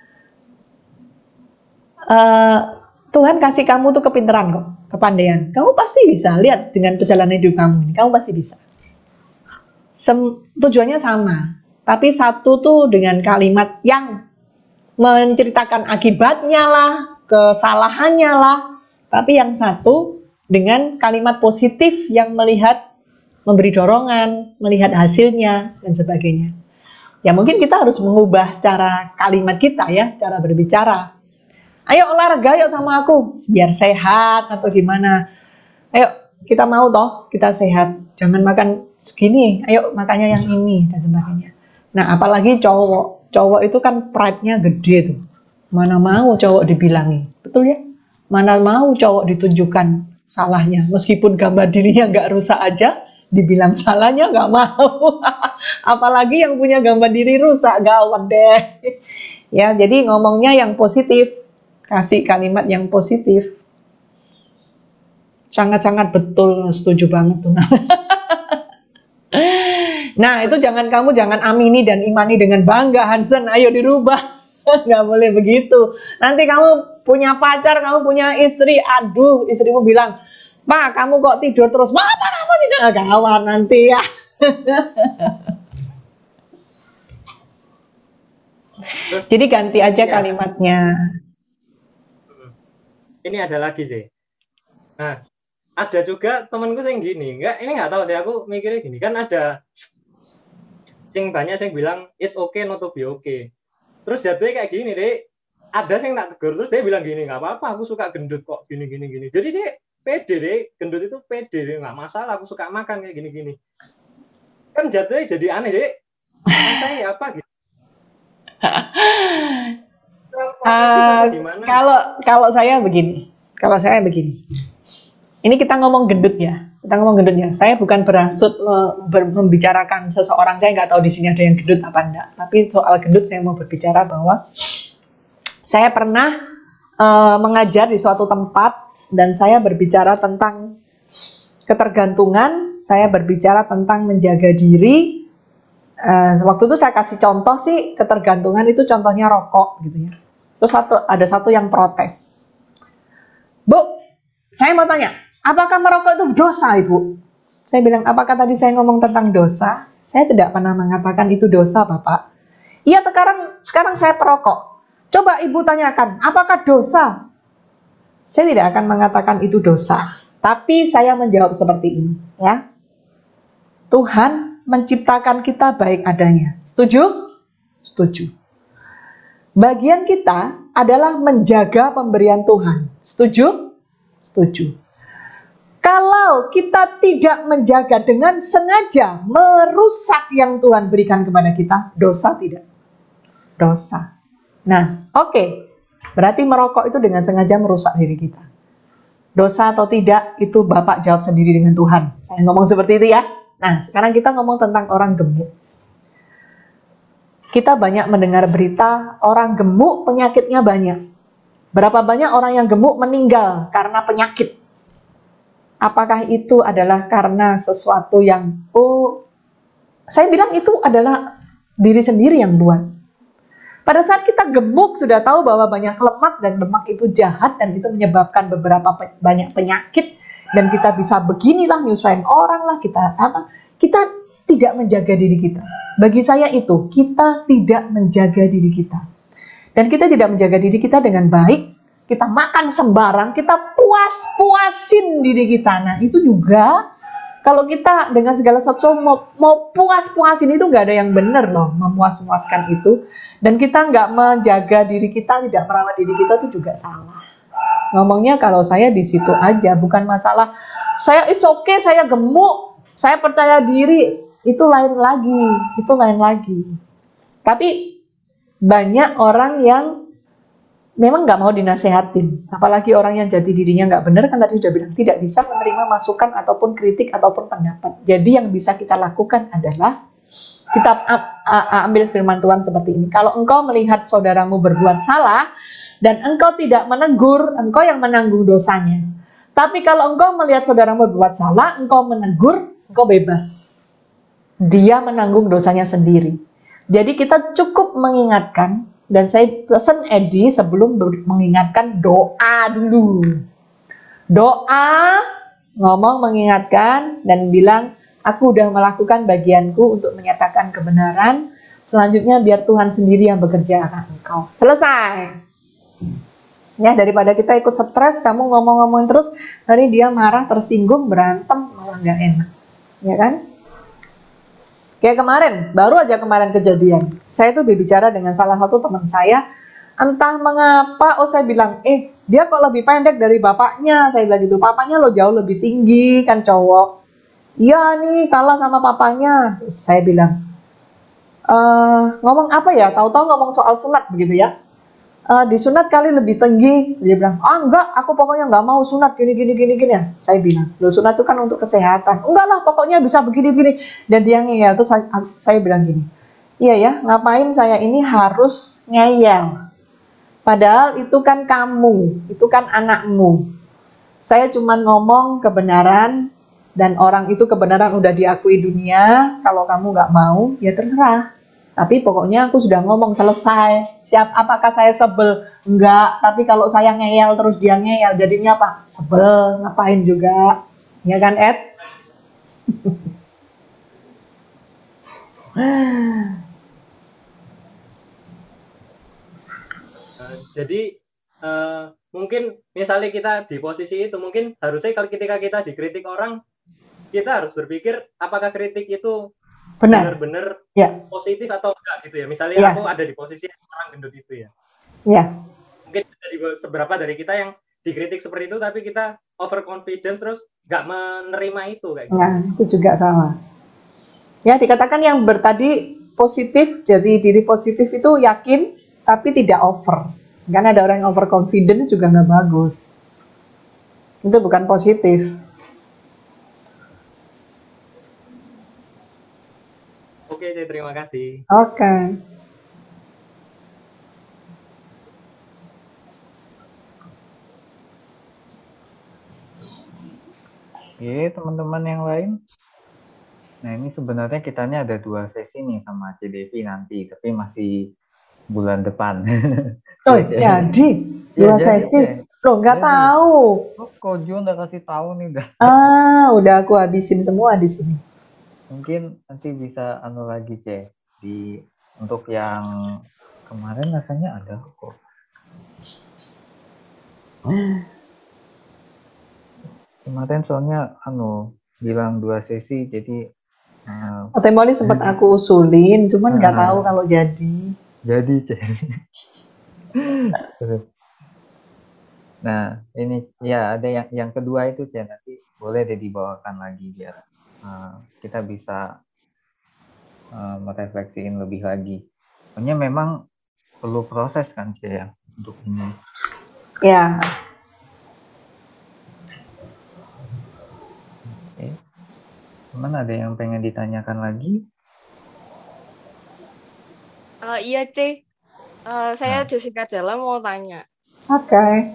Tuhan kasih kamu tuh kepintaran kok, kepandaian. Kamu pasti bisa, lihat dengan perjalanan hidup kamu ini, kamu pasti bisa. Tujuannya sama, tapi satu tuh dengan kalimat yang menceritakan akibatnya lah, kesalahannya lah, tapi yang satu dengan kalimat positif yang melihat, memberi dorongan, melihat hasilnya, dan sebagainya. Ya mungkin kita harus mengubah cara kalimat kita ya, cara berbicara. Ayo olahraga yuk sama aku, biar sehat atau gimana. Ayo kita mau toh, kita sehat. Jangan makan segini, ayo makannya yang ini, dan sebagainya. Nah apalagi cowok itu kan pride-nya gede tuh. Mana mau cowok dibilangi, betul ya? Mana mau cowok ditunjukkan salahnya, meskipun gambar dirinya nggak rusak aja, dibilang salahnya nggak mau. Apalagi yang punya gambar diri rusak, gawat deh. Ya, jadi ngomongnya yang positif, kasih kalimat yang positif. Sangat-sangat betul, setuju banget tuh. Nah, itu kamu jangan amini dan imani dengan bangga, Hansen. Ayo dirubah. Nggak boleh begitu. Nanti kamu punya pacar, kamu punya istri, aduh, istrimu bilang, "Pak, kamu kok tidur terus?" "Ma, apa kamu tidak?" Gawat nanti ya. Jadi ganti aja kalimatnya. Ini ada lagi sih. Nah, ada juga temanku yang gini, ini nggak tahu sih, aku mikirnya gini, kan ada sing banyak yang bilang it's okay not to be okay. Terus jatuhnya kayak gini deh, ada yang tak tegur, terus dia bilang gini, nggak apa-apa, aku suka gendut kok, gini. Jadi dia pede deh, gendut itu pede deh, nggak masalah, aku suka makan kayak gini. Kan jatuhnya jadi aneh deh, saya apa gitu. Kalau saya begini, ini kita ngomong gendut ya. Saya bukan bermaksud membicarakan seseorang. Saya nggak tahu di sini ada yang gendut apa enggak. Tapi soal gendut saya mau berbicara bahwa saya pernah mengajar di suatu tempat dan saya berbicara tentang ketergantungan. Saya berbicara tentang menjaga diri. Waktu itu saya kasih contoh sih, ketergantungan itu contohnya rokok gitu ya. Terus ada satu yang protes. "Bu, saya mau tanya, apakah merokok itu dosa, Ibu?" Saya bilang, "Apakah tadi saya ngomong tentang dosa?" "Saya tidak pernah mengatakan itu dosa, Bapak." "Iya, sekarang saya perokok. Coba Ibu tanyakan, apakah dosa?" Saya tidak akan mengatakan itu dosa, tapi saya menjawab seperti ini, ya. Tuhan menciptakan kita baik adanya. Setuju? Setuju. Bagian kita adalah menjaga pemberian Tuhan. Setuju? Setuju. Kalau kita tidak menjaga dengan sengaja merusak yang Tuhan berikan kepada kita, dosa tidak? Dosa. Nah, oke. Berarti merokok itu dengan sengaja merusak diri kita. Dosa atau tidak, itu Bapak jawab sendiri dengan Tuhan. Saya ngomong seperti itu ya. Nah, sekarang kita ngomong tentang orang gemuk. Kita banyak mendengar berita orang gemuk penyakitnya banyak. Berapa banyak orang yang gemuk meninggal karena penyakit? Apakah itu adalah karena sesuatu yang Saya bilang itu adalah diri sendiri yang buat. Pada saat kita gemuk sudah tahu bahwa banyak lemak dan lemak itu jahat dan itu menyebabkan banyak penyakit dan kita bisa beginilah nyusahin orang lah, kita tidak menjaga diri kita. Bagi saya itu kita tidak menjaga diri kita. Dan kita tidak menjaga diri kita dengan baik, kita makan sembarang, kita puas-puasin diri kita. Nah itu juga kalau kita dengan segala sesuatu mau puas-puasin itu nggak ada yang benar loh, memuas-puaskan itu. Dan kita nggak menjaga diri kita, tidak merawat diri kita itu juga salah. Ngomongnya kalau saya di situ aja, bukan masalah saya is okay, saya gemuk, saya percaya diri, itu lain lagi. Tapi banyak orang yang memang nggak mau dinasehatin, apalagi orang yang jati dirinya nggak benar, kan tadi sudah bilang tidak bisa menerima masukan ataupun kritik ataupun pendapat. Jadi yang bisa kita lakukan adalah kita ambil firman Tuhan seperti ini. Kalau engkau melihat saudaramu berbuat salah dan engkau tidak menegur, engkau yang menanggung dosanya. Tapi kalau engkau melihat saudaramu berbuat salah, engkau menegur, engkau bebas. Dia menanggung dosanya sendiri. Jadi kita cukup mengingatkan. Dan saya pesan Edi sebelum mengingatkan, doa dulu. Doa, ngomong mengingatkan dan bilang, aku udah melakukan bagianku untuk menyatakan kebenaran. Selanjutnya biar Tuhan sendiri yang bekerja akan engkau. Selesai. Ya, daripada kita ikut stres, kamu ngomong-ngomongin terus, nanti dia marah, tersinggung, berantem, malah nggak enak. Ya kan? Kayak kemarin, baru aja kemarin kejadian. Saya tuh berbicara dengan salah satu teman saya. Entah mengapa, saya bilang, dia kok lebih pendek dari bapaknya. Saya bilang gitu, papanya lo jauh lebih tinggi, kan cowok. Iya nih, kalah sama papanya. Saya bilang, ngomong apa ya? Tahu-tahu ngomong soal sunat begitu ya. Disunat kali lebih tinggi. Dia bilang, enggak, aku pokoknya nggak mau sunat gini ya. Saya bilang, lo sunat itu kan untuk kesehatan. Enggak lah, pokoknya bisa begini. Dan dia ngeyel. Terus saya bilang gini, iya ya, ngapain saya ini harus ngeyel? Padahal itu kan kamu, itu kan anakmu. Saya cuma ngomong kebenaran dan orang itu kebenaran udah diakui dunia. Kalau kamu nggak mau, ya terserah. Tapi pokoknya aku sudah ngomong selesai. Apakah saya sebel? Enggak. Tapi kalau saya ngeyel terus dia ngeyel, jadinya apa? Sebel. Ngapain juga? Ya kan, Ed? Jadi mungkin misalnya kita di posisi itu, mungkin harusnya kalau ketika kita dikritik orang, kita harus berpikir apakah kritik itu benar-benar positif atau enggak gitu ya. Misalnya aku ada di posisi orang gendut itu ya. Mungkin dari seberapa dari kita yang dikritik seperti itu, tapi kita overconfidence terus nggak menerima itu kayak gitu. Nah, itu juga salah. Ya, dikatakan yang bertadi positif, jadi diri positif itu yakin tapi tidak over. Karena ada orang yang overconfident juga nggak bagus. Itu bukan positif. Oke, terima kasih. Oke. Oke, teman-teman yang lain. Nah, ini sebenarnya kitanya ada 2 sesi nih sama C Devi nanti, tapi masih bulan depan. Jadi 2 sesi. Loh, nggak tahu. Kok Jo nggak kasih tahu nih dah. Udah aku habisin semua di sini. Mungkin nanti bisa lagi C untuk yang kemarin rasanya ada kok. Kemarin soalnya bilang 2 sesi, jadi Temoli sempat aku usulin, cuman nggak tahu kalau jadi. Jadi C. Nah, ini ya ada yang kedua itu C, nanti boleh dibawakan lagi biar kita bisa merefleksiin lebih lagi. Soalnya memang perlu proses kan C ya untuk ini. Ya. Oke. Teman ada yang pengen ditanyakan lagi? Iya C. Saya Jessica Dalla mau tanya. Oke.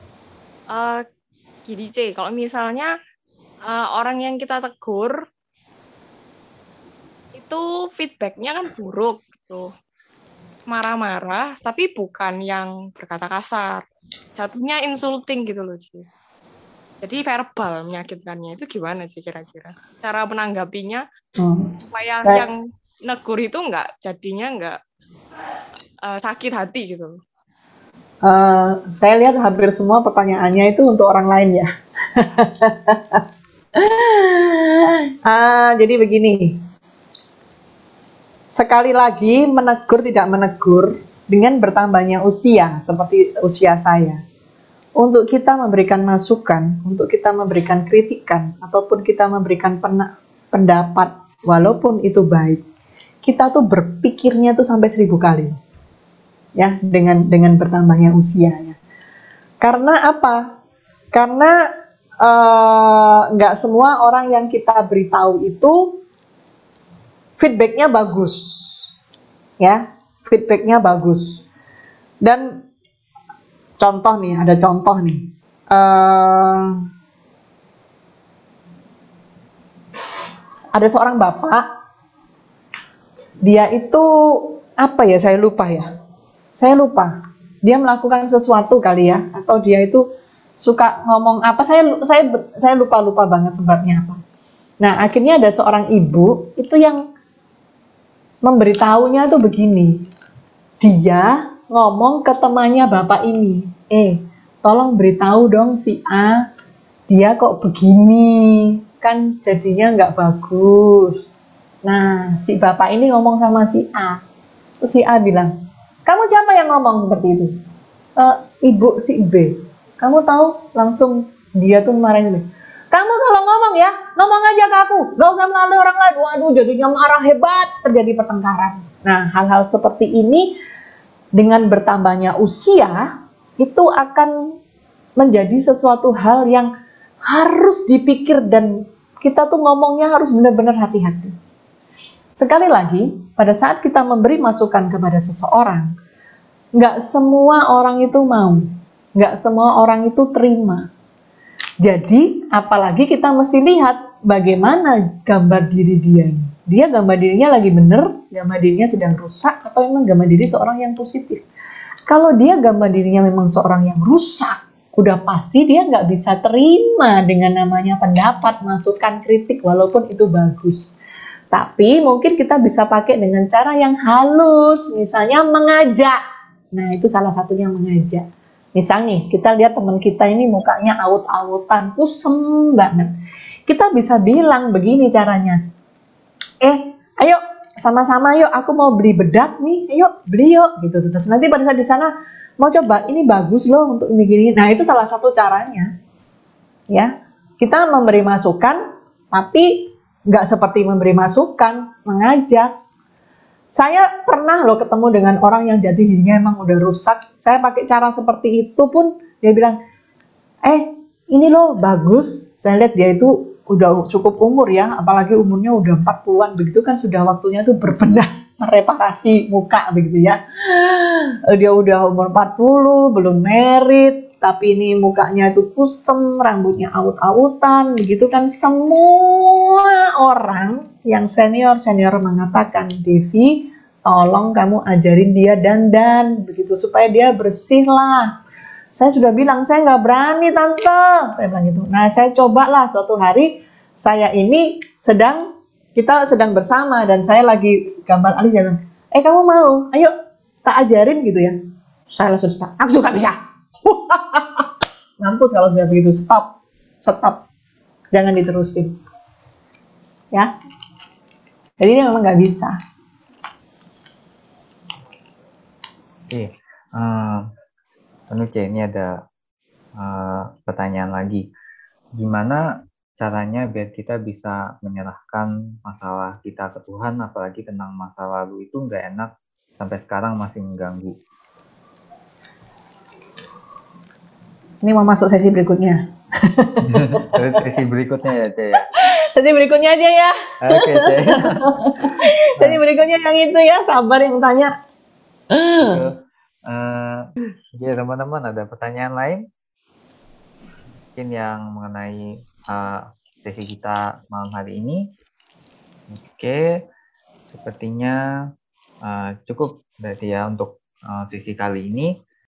Gini C, kalau misalnya orang yang kita tegur itu feedbacknya kan buruk gitu. Marah-marah, tapi bukan yang berkata kasar. Jatuhnya insulting gitu loh, Ci. Jadi verbal menyakitkannya itu gimana sih kira-kira? Cara menanggapinya supaya yang negur itu jadinya nggak sakit hati gitu. Saya lihat hampir semua pertanyaannya itu untuk orang lain ya. Jadi begini. Sekali lagi menegur tidak menegur dengan bertambahnya usia seperti usia saya. Untuk kita memberikan masukan, untuk kita memberikan kritikan, ataupun kita memberikan pendapat, walaupun itu baik, kita tuh berpikirnya tuh sampai 1000 kali, ya, dengan bertambahnya usia. Ya. Karena apa? Karena nggak semua orang yang kita beritahu itu feedbacknya bagus, ya, feedbacknya bagus. Dan contoh nih, ada contoh nih. Ada seorang bapak, dia itu apa ya? Saya lupa. Dia melakukan sesuatu kali ya, atau dia itu suka ngomong apa? Saya lupa banget sebabnya apa. Nah, akhirnya ada seorang ibu itu yang memberitahunya tuh begini. Dia ngomong ke temannya bapak ini, tolong beritahu dong si A, dia kok begini, kan jadinya nggak bagus. Nah, si bapak ini ngomong sama si A, terus si A bilang, kamu siapa yang ngomong seperti itu? Ibu si B. Kamu tahu, langsung dia tuh marahin, kamu kalau ngomong ya, ngomong aja ke aku, gak usah melalui orang lain. Waduh, jadinya marah hebat, terjadi pertengkaran. Nah, hal-hal seperti ini dengan bertambahnya usia itu akan menjadi sesuatu hal yang harus dipikir dan kita tuh ngomongnya harus benar-benar hati-hati. Sekali lagi, pada saat kita memberi masukan kepada seseorang, nggak semua orang itu mau, nggak semua orang itu terima. Jadi, apalagi kita mesti lihat bagaimana gambar diri dia. Dia gambar dirinya lagi bener, gambar dirinya sedang rusak, atau memang gambar diri seorang yang positif. Kalau dia gambar dirinya memang seorang yang rusak, udah pasti dia nggak bisa terima dengan namanya pendapat, masukan, kritik, walaupun itu bagus. Tapi mungkin kita bisa pakai dengan cara yang halus, misalnya mengajak. Nah, itu salah satunya mengajak. Misalnya kita lihat teman kita ini mukanya awut-awutan, kusem banget. Kita bisa bilang begini caranya. Ayo sama-sama yuk, aku mau beli bedak nih, ayo beli yuk gitu. Terus nanti pada saat di sana mau coba, ini bagus loh untuk ini gini. Nah, itu salah satu caranya. Ya. Kita memberi masukan tapi nggak seperti memberi masukan, mengajak. Saya pernah loh ketemu dengan orang yang jati dirinya emang udah rusak. Saya pakai cara seperti itu pun dia bilang, ini loh bagus. Saya lihat dia itu udah cukup umur ya, apalagi umurnya udah 40-an, begitu kan sudah waktunya tuh berbenah, mereparasi muka begitu ya. Dia udah umur 40, belum merit, tapi ini mukanya itu kusem, rambutnya awut-awutan, begitu kan. Semua orang yang senior mengatakan, Devi, tolong kamu ajarin dia dandan, begitu supaya dia bersih lah. Saya sudah bilang, saya nggak berani tante, saya bilang gitu. Nah, saya cobalah suatu hari, kita sedang bersama dan saya lagi gambar alis, dia bilang, kamu mau, ayo tak ajarin gitu ya. Saya langsung stop, aku nggak bisa. Ngampus kalau sudah begitu, stop, jangan diterusin, ya. Jadi ini memang nggak bisa. Oke, ini ada pertanyaan lagi. Gimana caranya biar kita bisa menyerahkan masalah kita ke Tuhan, apalagi tentang masa lalu itu nggak enak, sampai sekarang masih mengganggu? Ini mau masuk sesi berikutnya. Sesi berikutnya ya, Cek ya? Sesi berikutnya aja ya. Oke, Cek. Sesi berikutnya yang itu ya, sabar yang tanya. Ya teman-teman, ada pertanyaan lain mungkin yang mengenai sesi kita malam hari ini? Oke, sepertinya cukup berarti ya untuk sesi kali ini.